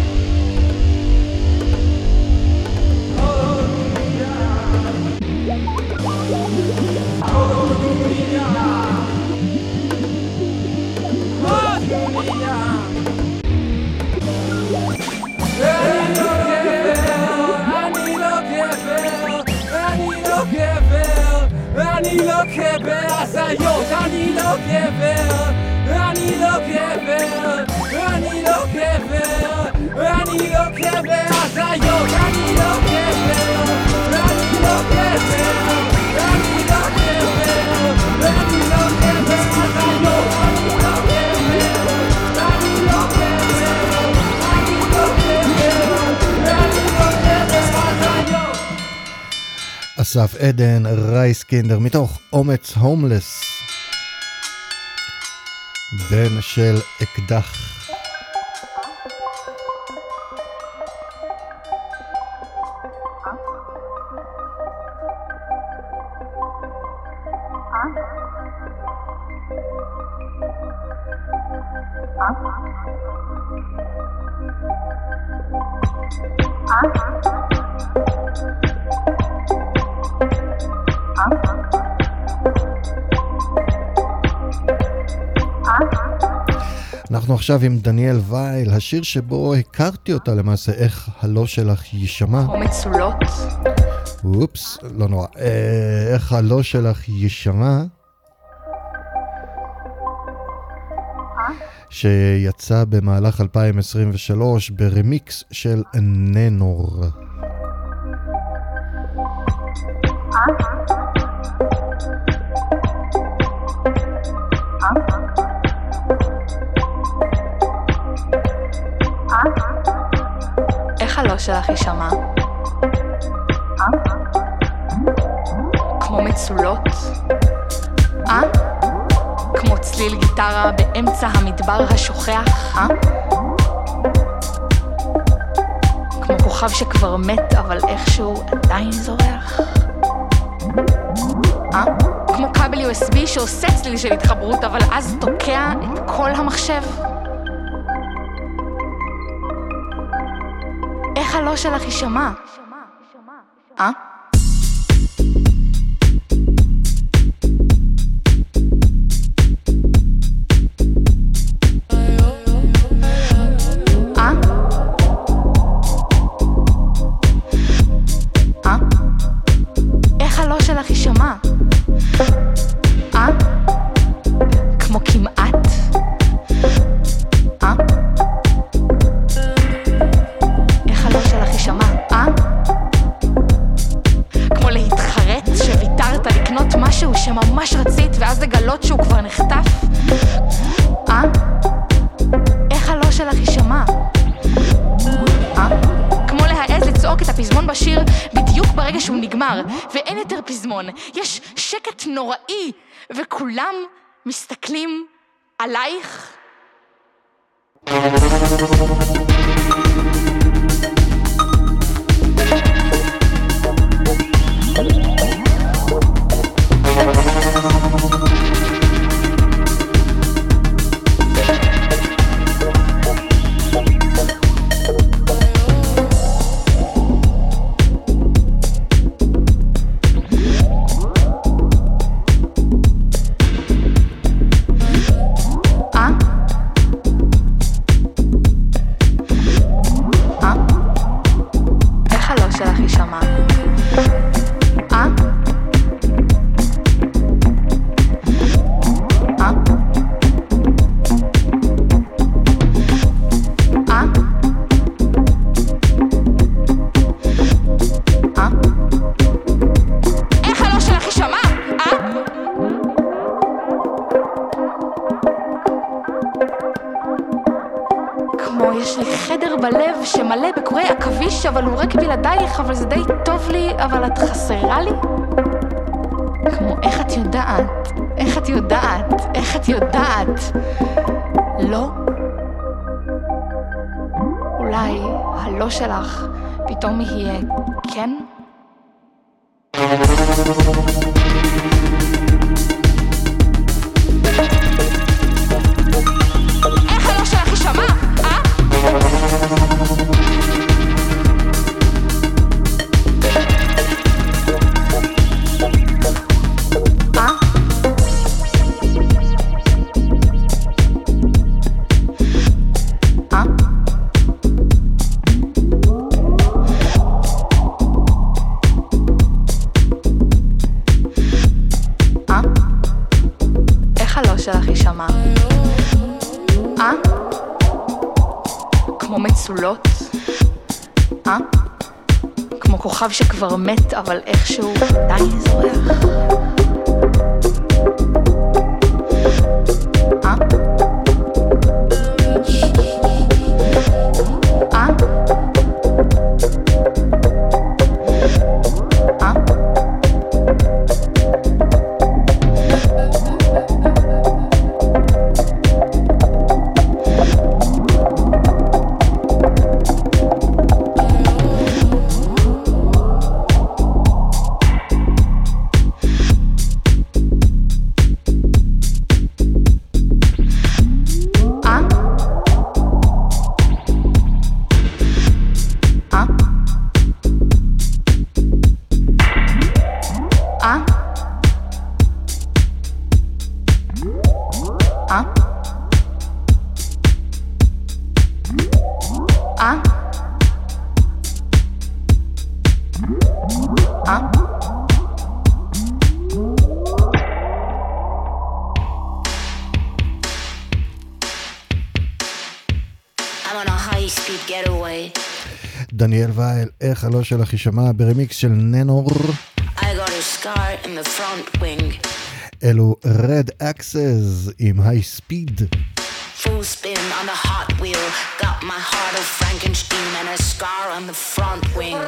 אני לא בהזיות, אני לא גבר, אני לא גבר, אני לא גבר, אני לא בהזיות, אני לא גבר, אני לא גבר, אני לא גבר, אני לא בהזיות, אני לא גבר, אני לא גבר, אני לא גבר, אני לא בהזיות. אסף עדן, רייסקינדר, מתוך אומץ הומלס, בן של אקדח. אנחנו עכשיו עם דניאל וייל, השיר שבו הכרתי אותה למעשה, איך הלא שלך יישמע. או מצולות. אופס, לא נורא. איך הלא שלך יישמע. שיצא במהלך אלפיים עשרים ושלוש ברמיקס של ננור. איך הלא שלך יישמע? כמו מצולות? אה? כמו צליל גיטרה באמצע המדבר השוכח? אה? כמו כוכב שכבר מת אבל איכשהו עדיין זורח? אה? כמו כבל יו אס בי שעושה צליל של התחברות אבל אז תוקע את כל המחשב? איך הלא שלך יישמע? אה? אה? אה? איך הלא שלך יישמע? אה? כמו כמעט? אה? איך הלא שלך יישמע? אה? כמו להתחרט שוויתרת לקנות משהו שממש רצית ואז לגלות שהוא כבר נחטף? אה? איך הלא שלך יישמע? אה? כמו להעז לצעוק את הפזמון בשיר בדיוק ברגע שהוא נגמר ואין יותר פזמון, יש שקט נוראי וכולם מסתכלים עלייך. שלך יישמע. אה? אה? אה? אה? איך הלא שלך יישמע? אה? כמו יש לי חדר בלב שמלא בקורי עכביש, אבל הוא רק בלעדייך, אבל זה די טוב לי, אבל את חסרה לי. כמו איך את יודעת, איך את יודעת, איך את יודעת. לא. אולי הלא שלך פתאום יהיה כן? איך הלא שלך יישמע? אה? שלך יישמע. אה? כמו מצולות? אה? כמו כוכב שכבר מת אבל איכשהו די זורח? אה? אה? אה? דניאל וייל, איך הלא שלך יישמע ברמיקס של ננור. אלו רד אקסס עם היי ספיד. Full spin on the hot wheel, got my heart of Frankenstein and a scar on the front wing.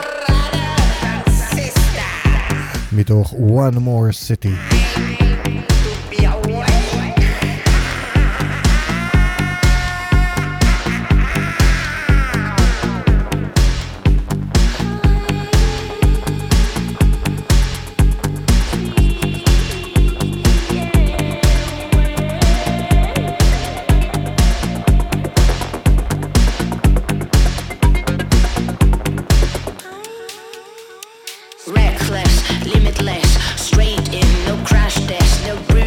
מתוך One More City. Reckless, limitless, straight in, no crash test, no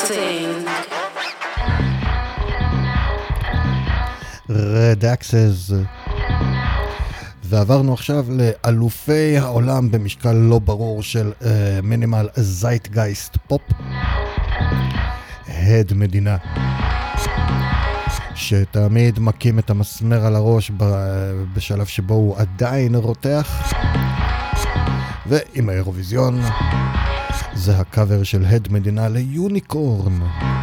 marketing. Red Access. ועברנו עכשיו לאלופי העולם במשקל לא ברור של מינימל זייטגייסט פופ, הד מדינה, שתמיד מקים את המסמר על הראש בשלב שבו הוא עדיין רותח. ועם האירוויזיון זה הקאבר של הד מדינה ליוניקורן.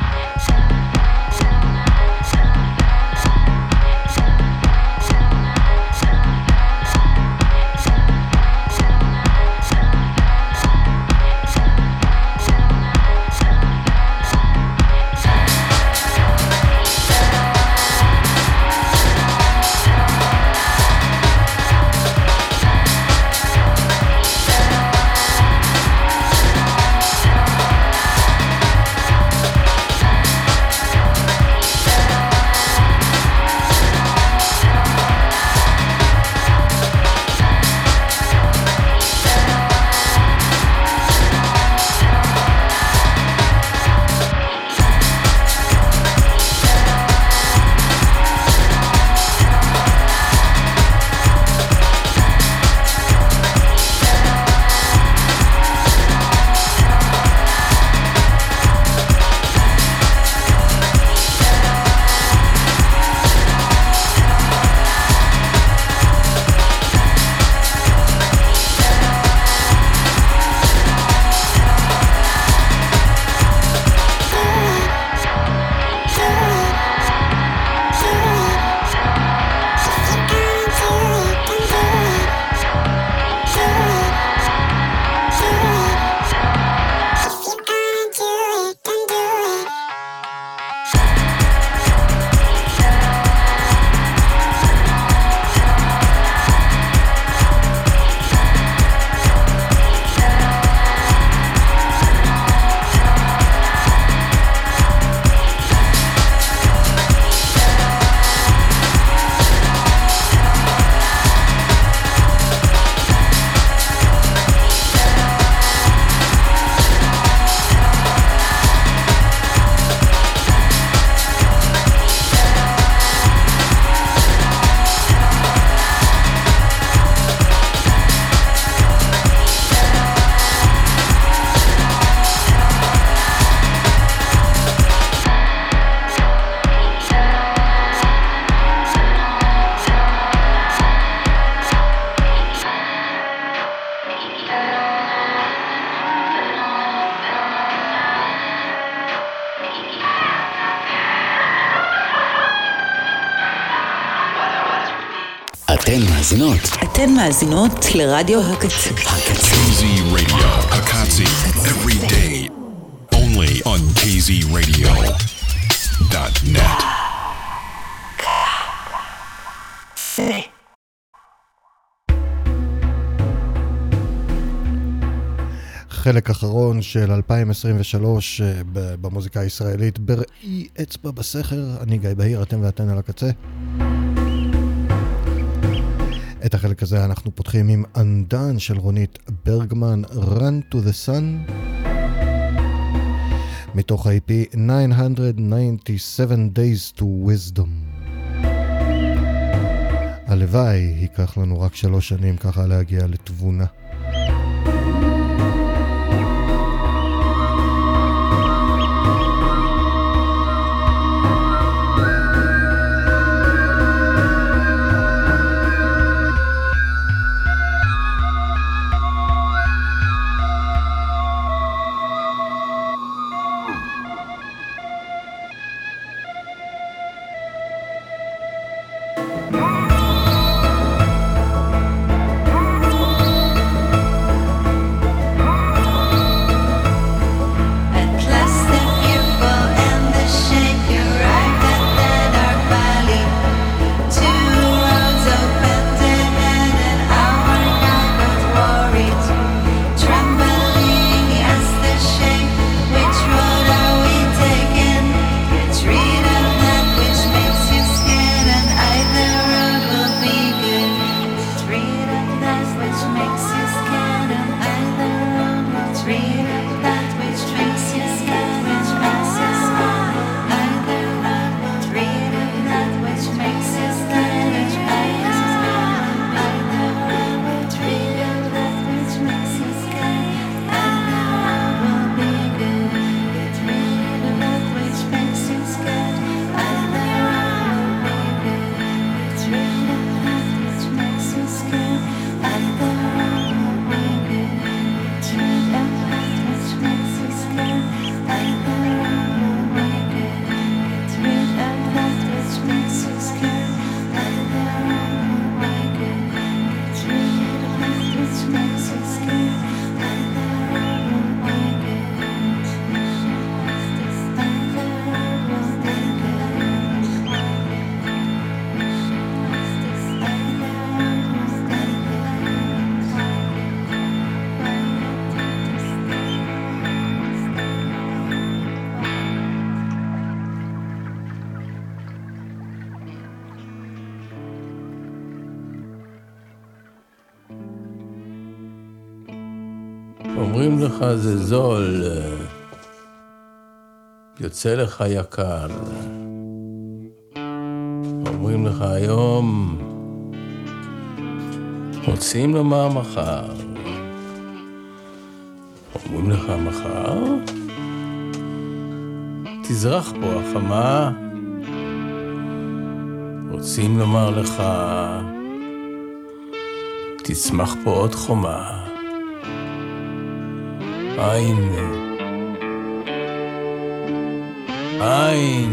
אתן מאזינות. אתן מאזינות לרדיו הקצה. קייזי רדיו, הקצה, every day, only on קייזי רדיו דוט נט. חלק אחרון של אלפיים עשרים ושלוש במוזיקה הישראלית בראי אצבע בסכר. אני גיא בהיר, אתם ואתן על הקצה. את החלק הזה אנחנו פותחים עם אנדן של רונית ברגמן, Run to the Sun, מתוך ה-איי פי תשע מאות תשעים ושבע Days to Wisdom. הלוואי ייקח לנו רק שלוש שנים ככה להגיע לתבונה. אומרים לך זה זול, יוצא לך יקר. אומרים לך היום, רוצים לומר מחר. אומרים לך מחר, תזרח פה החמה. רוצים לומר לך, תצמח פה עוד חומה. עין, עין,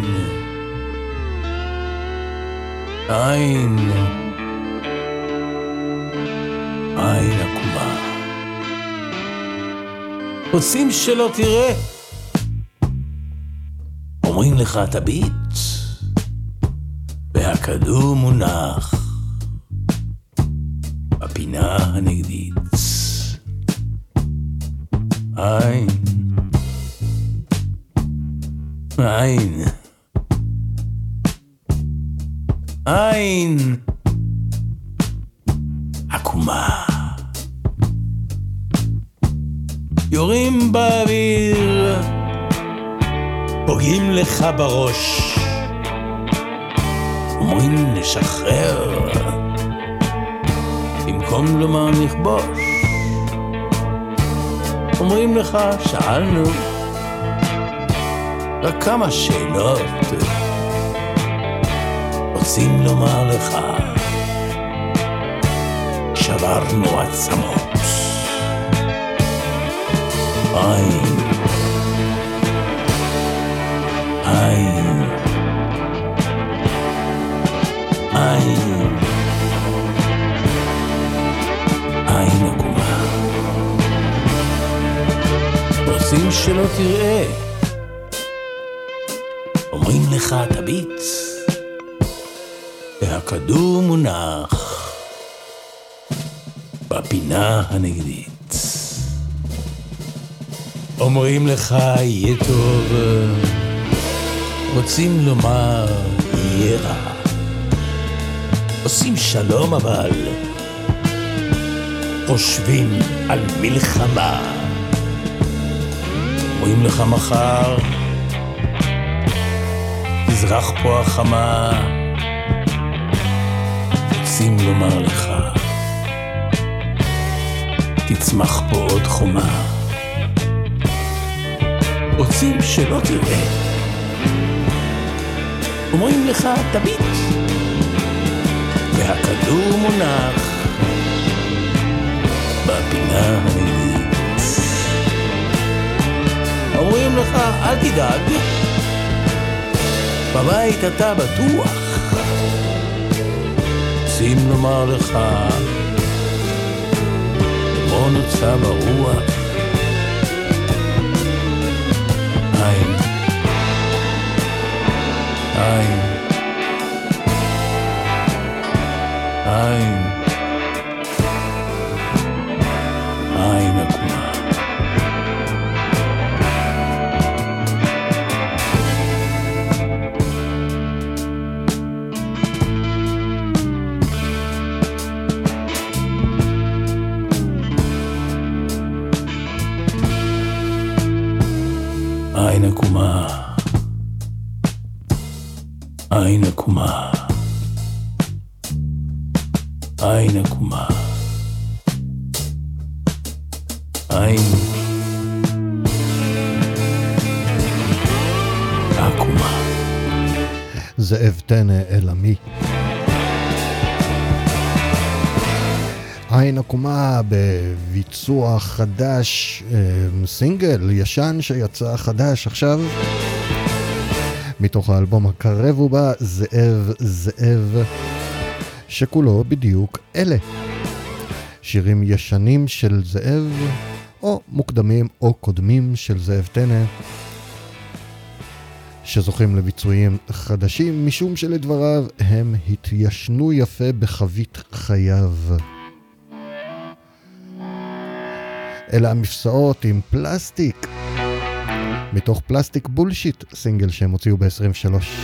עין, עין עקומה. רוצים שלא תראה, אומרים לך תביט, והכדור מונח בפינה הנגדית. עין, עין, עין עקומה. יורים באוויר, פוגעים לך בראש, אומרים נשחרר, במקום לומר נכבוש. אומרים לך שאלנו רק כמה שאלות, רוצים לומר לך שברנו עצמות. עין, עין, עין, עין עקומה. רוצים שלא תראה, אומרים לך תביט, והכדור מונח בפינה הנגדית. אומרים לך יהיה טוב, רוצים לומר יהיה רע. עושים שלום אבל חושבים על מלחמה. אומרים לך מחר, תזרח פה החמה. רוצים לומר לך, תצמח פה עוד חומה. רוצים שלא תראה, אומרים לך תביט, והכדור מונח בפינה הנגדית. אומרים לך אל תדאג, בבית אתה בטוח. רוצים לומר לך כמו נוצא ברוח. עין, עין, עין, עין עקומה. עין עקומה, עין עקומה, עין עקומה, עין עקומה. זאב טנא אלעמי. עין עקומה בביצוע חדש, סינגל ישן שיצא חדש עכשיו מתוך האלבום הקרב ובא, זאב זאב, שכולו בדיוק אלה שירים ישנים של זאב או מוקדמים או קודמים של זאב טנא שזוכים לביצועים חדשים משום שלדבריו הם התיישנו יפה בחבית חייו. אלה המפסעות עם פלסטיק מתוך פלסטיק בולשיט, סינגל שהם הוציאו ב-עשרים ושלוש.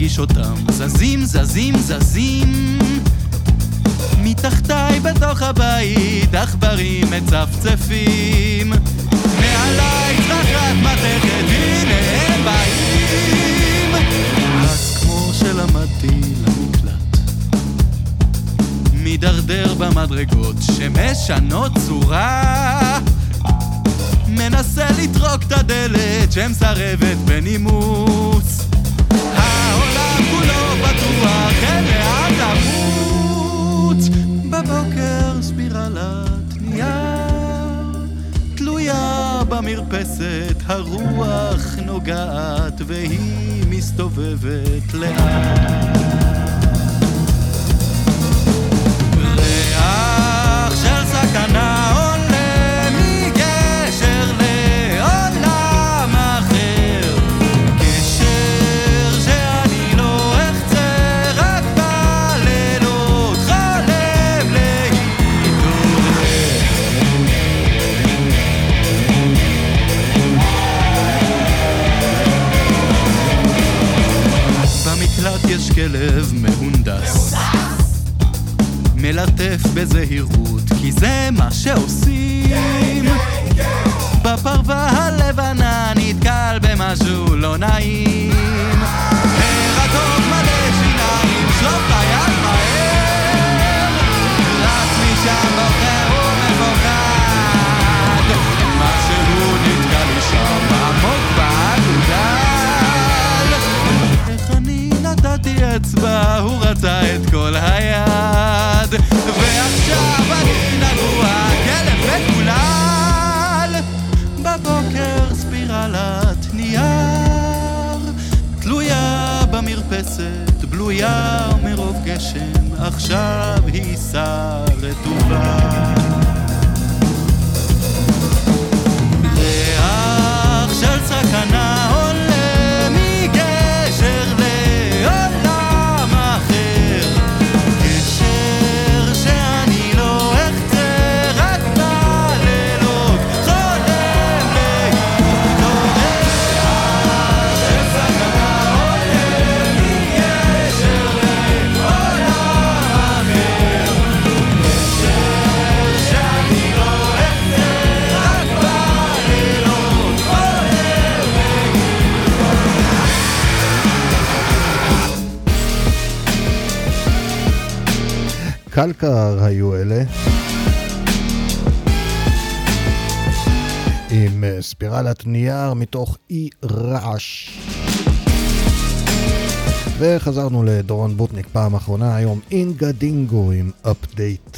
מרגיש אותם זזים, זזים, זזים מתחתיי בתוך הבית עכברים מצפצפים מעליי צרחת מתכת, הנה הם באים רץ כמו שלמדתי למקלט מדרדר במדרגות שמשנות צורה מנסה לטרוק את הדלת שמסרבת בנימוס העולם כולו בטוח אין לאן למות בבוקר ספירלת נייר תלויה במרפסת הרוח נוגעת והיא מסתובבת לאט ריח של סכנה עולה מגשר לעולם אחר גשר שאני לא אחצה רק בלילות חולם להתעורר במקלט יש כלב מהונדס מלטף בזהירות כי זה מה שעושים בפרווה הלבנה נתקל במשהו לא נעים הרטוב מלא שיניים שלוף היד מהר רץ משם בוחר ומפוחד משהו נתקל לי שם עמוק בעגודל איך אני נתתי אצבע הוא רצה את כל היד ועכשיו אני נגוע כלב מקולל בבוקר ספירלת נייר תלויה במרפסת בלויה מרוב גשם עכשיו היא רטובה ריח של סכנה עולה מגשר לעולם אחר גשר שאני לא אחצה רק בלילות חולם להתעורר של סכנה עולה מגשר לעולם אחר גשר שאני לא אחצה רק בלילות חולם קלקר היו אלה עם ספירלת נייר מתוך אי רעש וחזרנו לדורון בוטניק פעם אחרונה היום אינגה דינגו עם אפדייט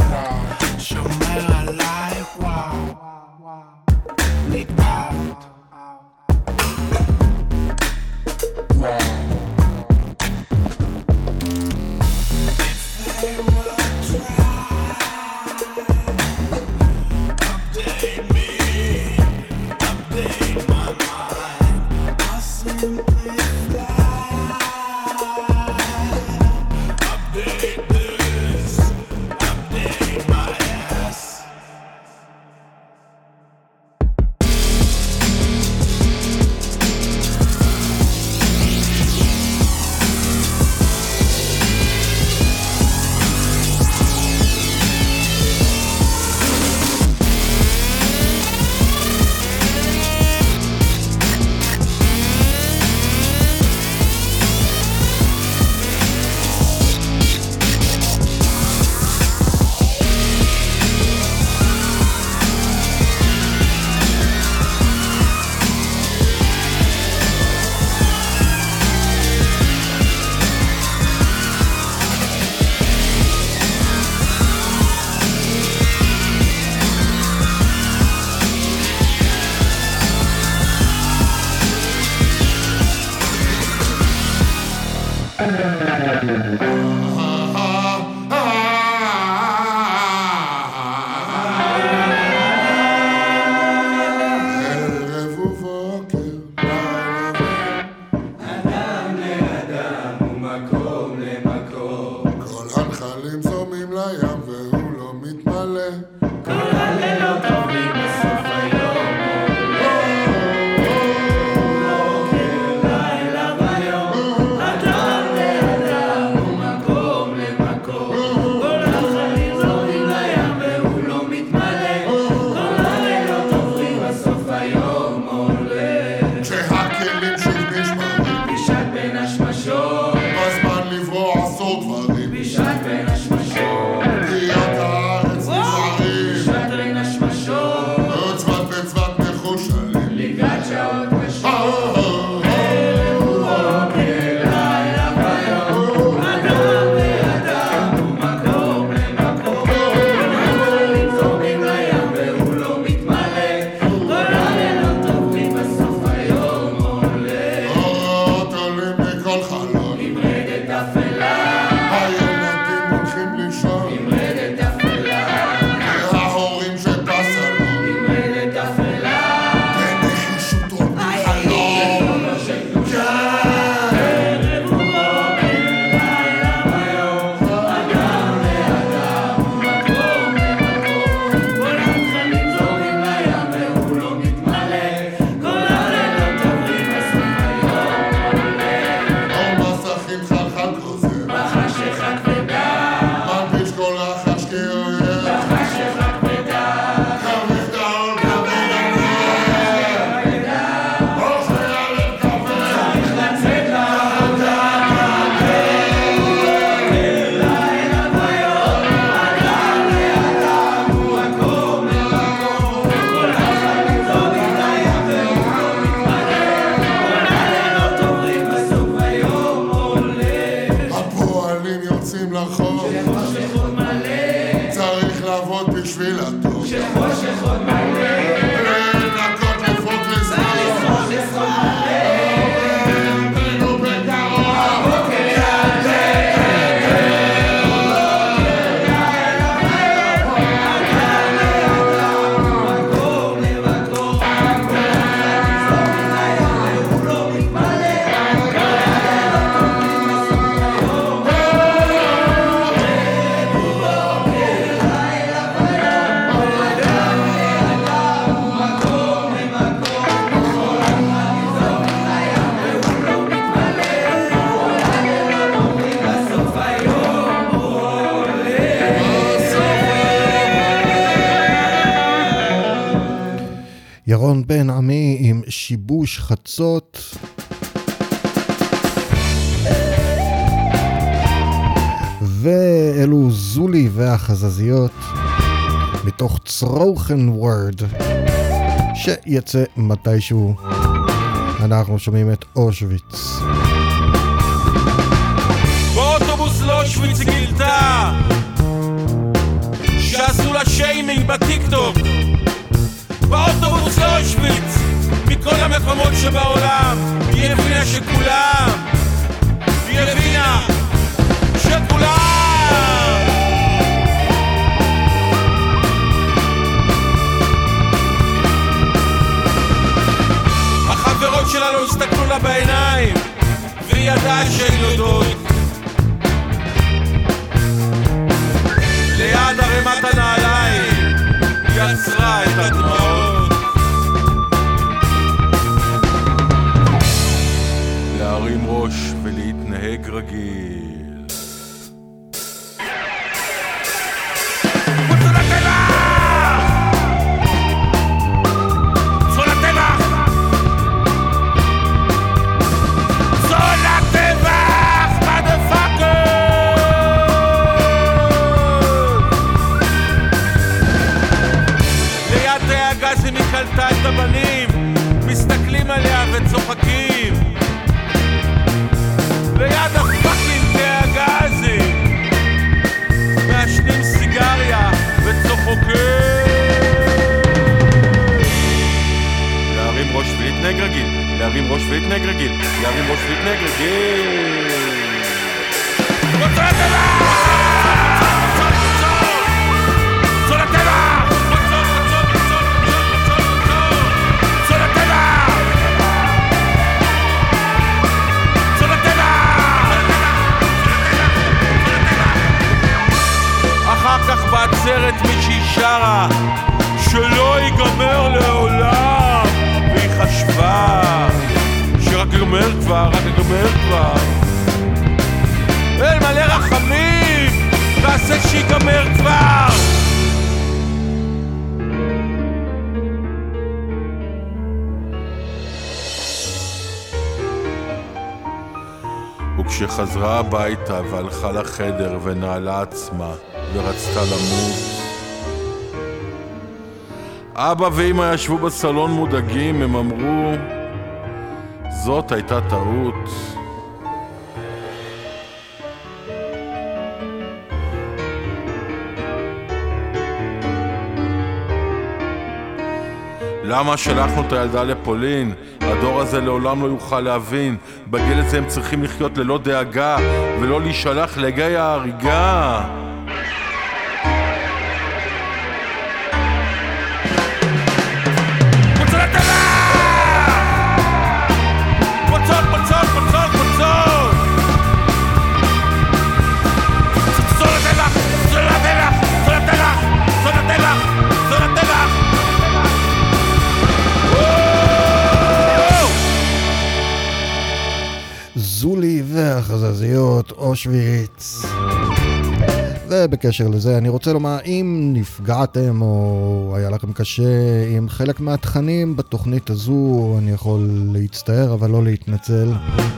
Need out ירון בן עמי עם שיבוש חצות. ואלו זולי והחזזיות מתוך צרוכן וורד שיצא מתישהו. אנחנו שומעים את אושוויץ. באוטובוס לאושוויץ גילתה שעשו לה שיימינג בטיקטוק. באוטובוס לאושוויץ מכל המקומות שבעולם. היא הבינה שכולם, היא הבינה שכולם החברות שלה לא הסתכלו לה בעיניים, והיא ידעה שהן יודעות. ליד הרמת הנעליים היא עצרה את הדמעות. להרים ראש ולהתנהג רגיל. קלטה את הבנים, מסתכלים עליה וצוחקים. ליד הפאקינג תאי הגזים מעשנים סיגריה וצוחקים. להרים ראש ולהתנהג רגיל, להרים ראש ולהתנהג רגיל, להרים ראש ולהתנהג רגיל. רוצה לטבע! צאו לטבע! אחר כך בעצרת מישהי שרה שלא ייגמר לעולם, והיא חשבה שרק ייגמר כבר, רק ייגמר כבר. אל מלא רחמים, תעשה שיגמר כבר. וכשחזרה הביתה והלכה לחדר ונעלה עצמה ורצתה למות, אבא ואמא ישבו בסלון מודאגים. הם אמרו, זאת הייתה טעות. למה שלחנו את הילדה לפולין? הדור הזה לעולם לא יוכל להבין. בגיל הזה הם צריכים לחיות ללא דאגה ולא להישלח לגיא ההריגה. זולי והחזזיות, אושוויץ. ובקשר לזה אני רוצה לומר, אם נפגעתם או היה לכם קשה עם חלק מהתכנים בתוכנית הזו, אני יכול להצטער אבל לא להתנצל.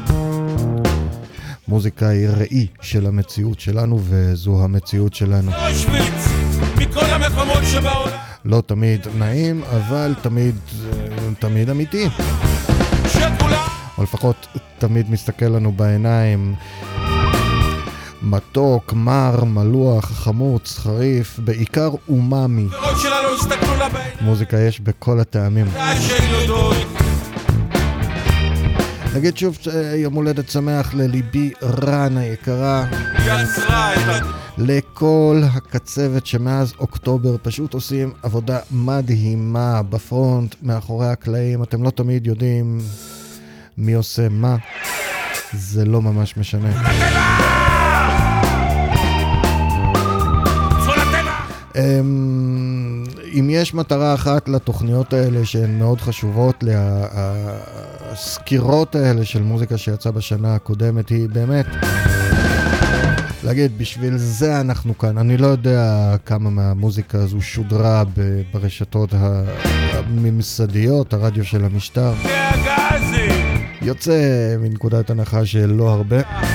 מוזיקה היא ראי של המציאות שלנו, וזו המציאות שלנו. אושוויץ, מכל המקומות שבעולם. לא תמיד נעים, אבל תמיד, תמיד אמיתי. שכולם או לפחות תמיד מסתכל לנו בעיניים. מתוק, מר, מלוח, חמוץ, חריף, בעיקר אומאמי. מוזיקה יש בכל הטעמים. נגיד שוב יום הולדת שמח לליבי רן היקרה, לכל הקצוות שמאז אוקטובר פשוט עושים עבודה מדהימה בפרונט, מאחורי הקלעים. אתם לא תמיד יודעים מי עושה מה, זה לא ממש משנה. אם יש מטרה אחת לתוכניות האלה שהן מאוד חשובות, הסקירות האלה של מוזיקה שיצאה בשנה הקודמת, היא באמת להגיד, בשביל זה אנחנו כאן. אני לא יודע כמה מהמוזיקה הזו שודרה ברשתות הממסדיות, הרדיו של המשטר. יוצא מנקודת הנחה של לא הרבה.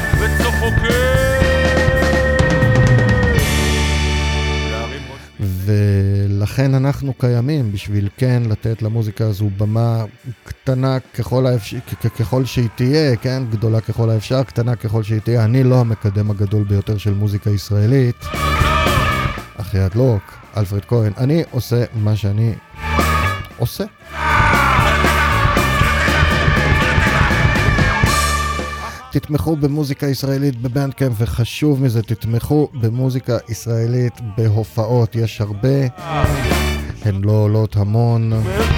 ולכן אנחנו קיימים, בשביל כן לתת למוזיקה הזו במה קטנה ככל האפשר, ככל שהיא תהיה, כן? גדולה ככל האפשר, קטנה ככל שהיא תהיה. אני לא המקדם הגדול ביותר של מוזיקה ישראלית. אחיית לוק, אלפרד כהן. אני עושה מה שאני עושה. תתמכו במוזיקה ישראלית בבנדקאמפ, וחשוב מזה, תתמכו במוזיקה ישראלית בהופעות, יש הרבה, הן לא עולות המון,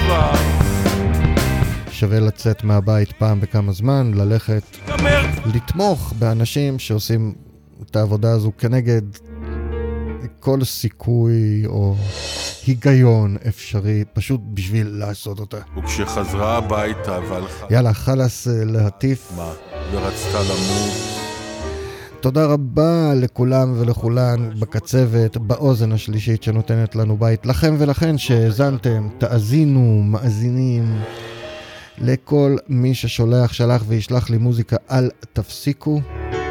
שווה לצאת מהבית פעם בכמה זמן, ללכת לתמוך באנשים שעושים את העבודה הזו כנגד כל סיכוי או היגיון אפשרי, פשוט בשביל לעשות אותה. וכשחזרה הביתה והלכה... יאללה, חלס להטיף. מה? ורצתה למות. תודה רבה לכולם ולכולן בקצבת, באוזן השלישית שנותנת לנו בית. לכם ולכן שהזנתם, תאזינו, מאזינים. לכל מי ששולח, שלח וישלח לי מוזיקה, אל תפסיקו.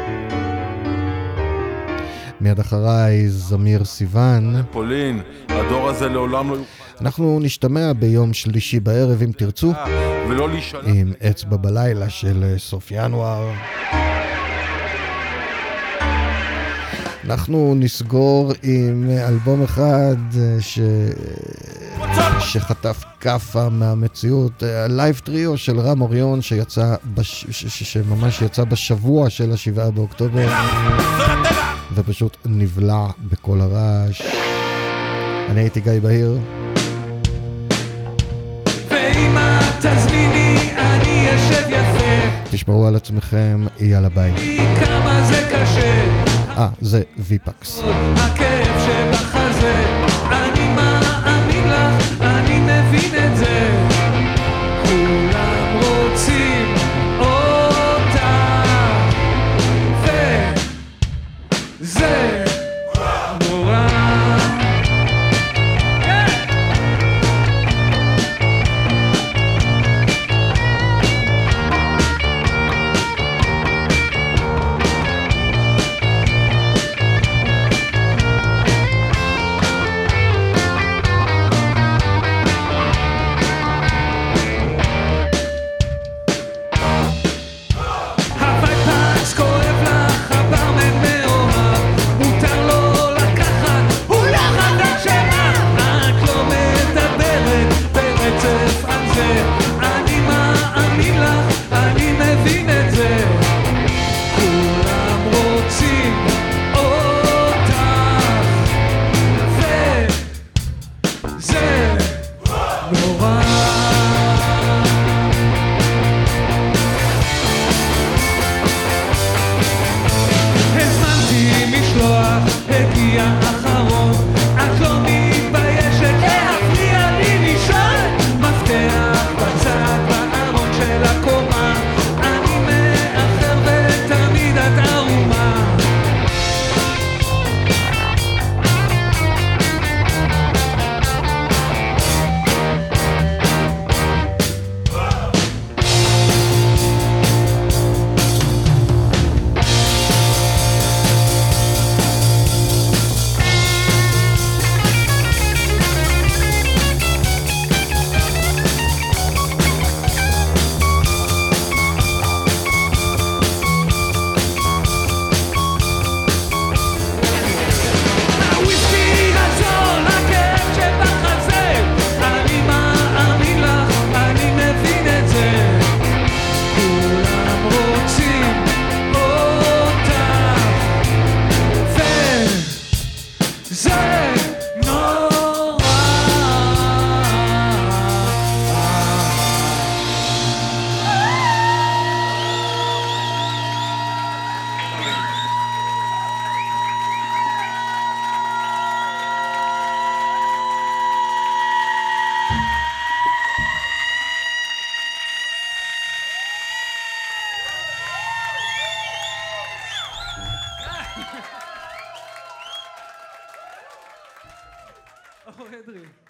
מיד אחריי זמיר סיוון. פולין, הדור הזה לעולם לא... אנחנו נשתמע ביום שלישי בערב אם תרצו, ולא להישלח... עם אצבע בלילה של סוף ינואר. אנחנו נסגור עם אלבום אחד ש... שחטף קפה מהמציאות, הלייב טריו של רם אוריון שיצא בש... ש... ש... שממש יצא בשבוע של השבעה באוקטובר ופשוט נבלע בכל הרעש. אני הייתי גיא בהיר. ואם את תזמיני אני אשב יפה, תשמרו על עצמכם, יאללה ביי. כמה זה קשה, אה, זה ויפקס. הכאב שבחזה, אני מאמין לך, אני מבין את זה, כולם רוצים אותה, וזה נורא. Oh, Edri.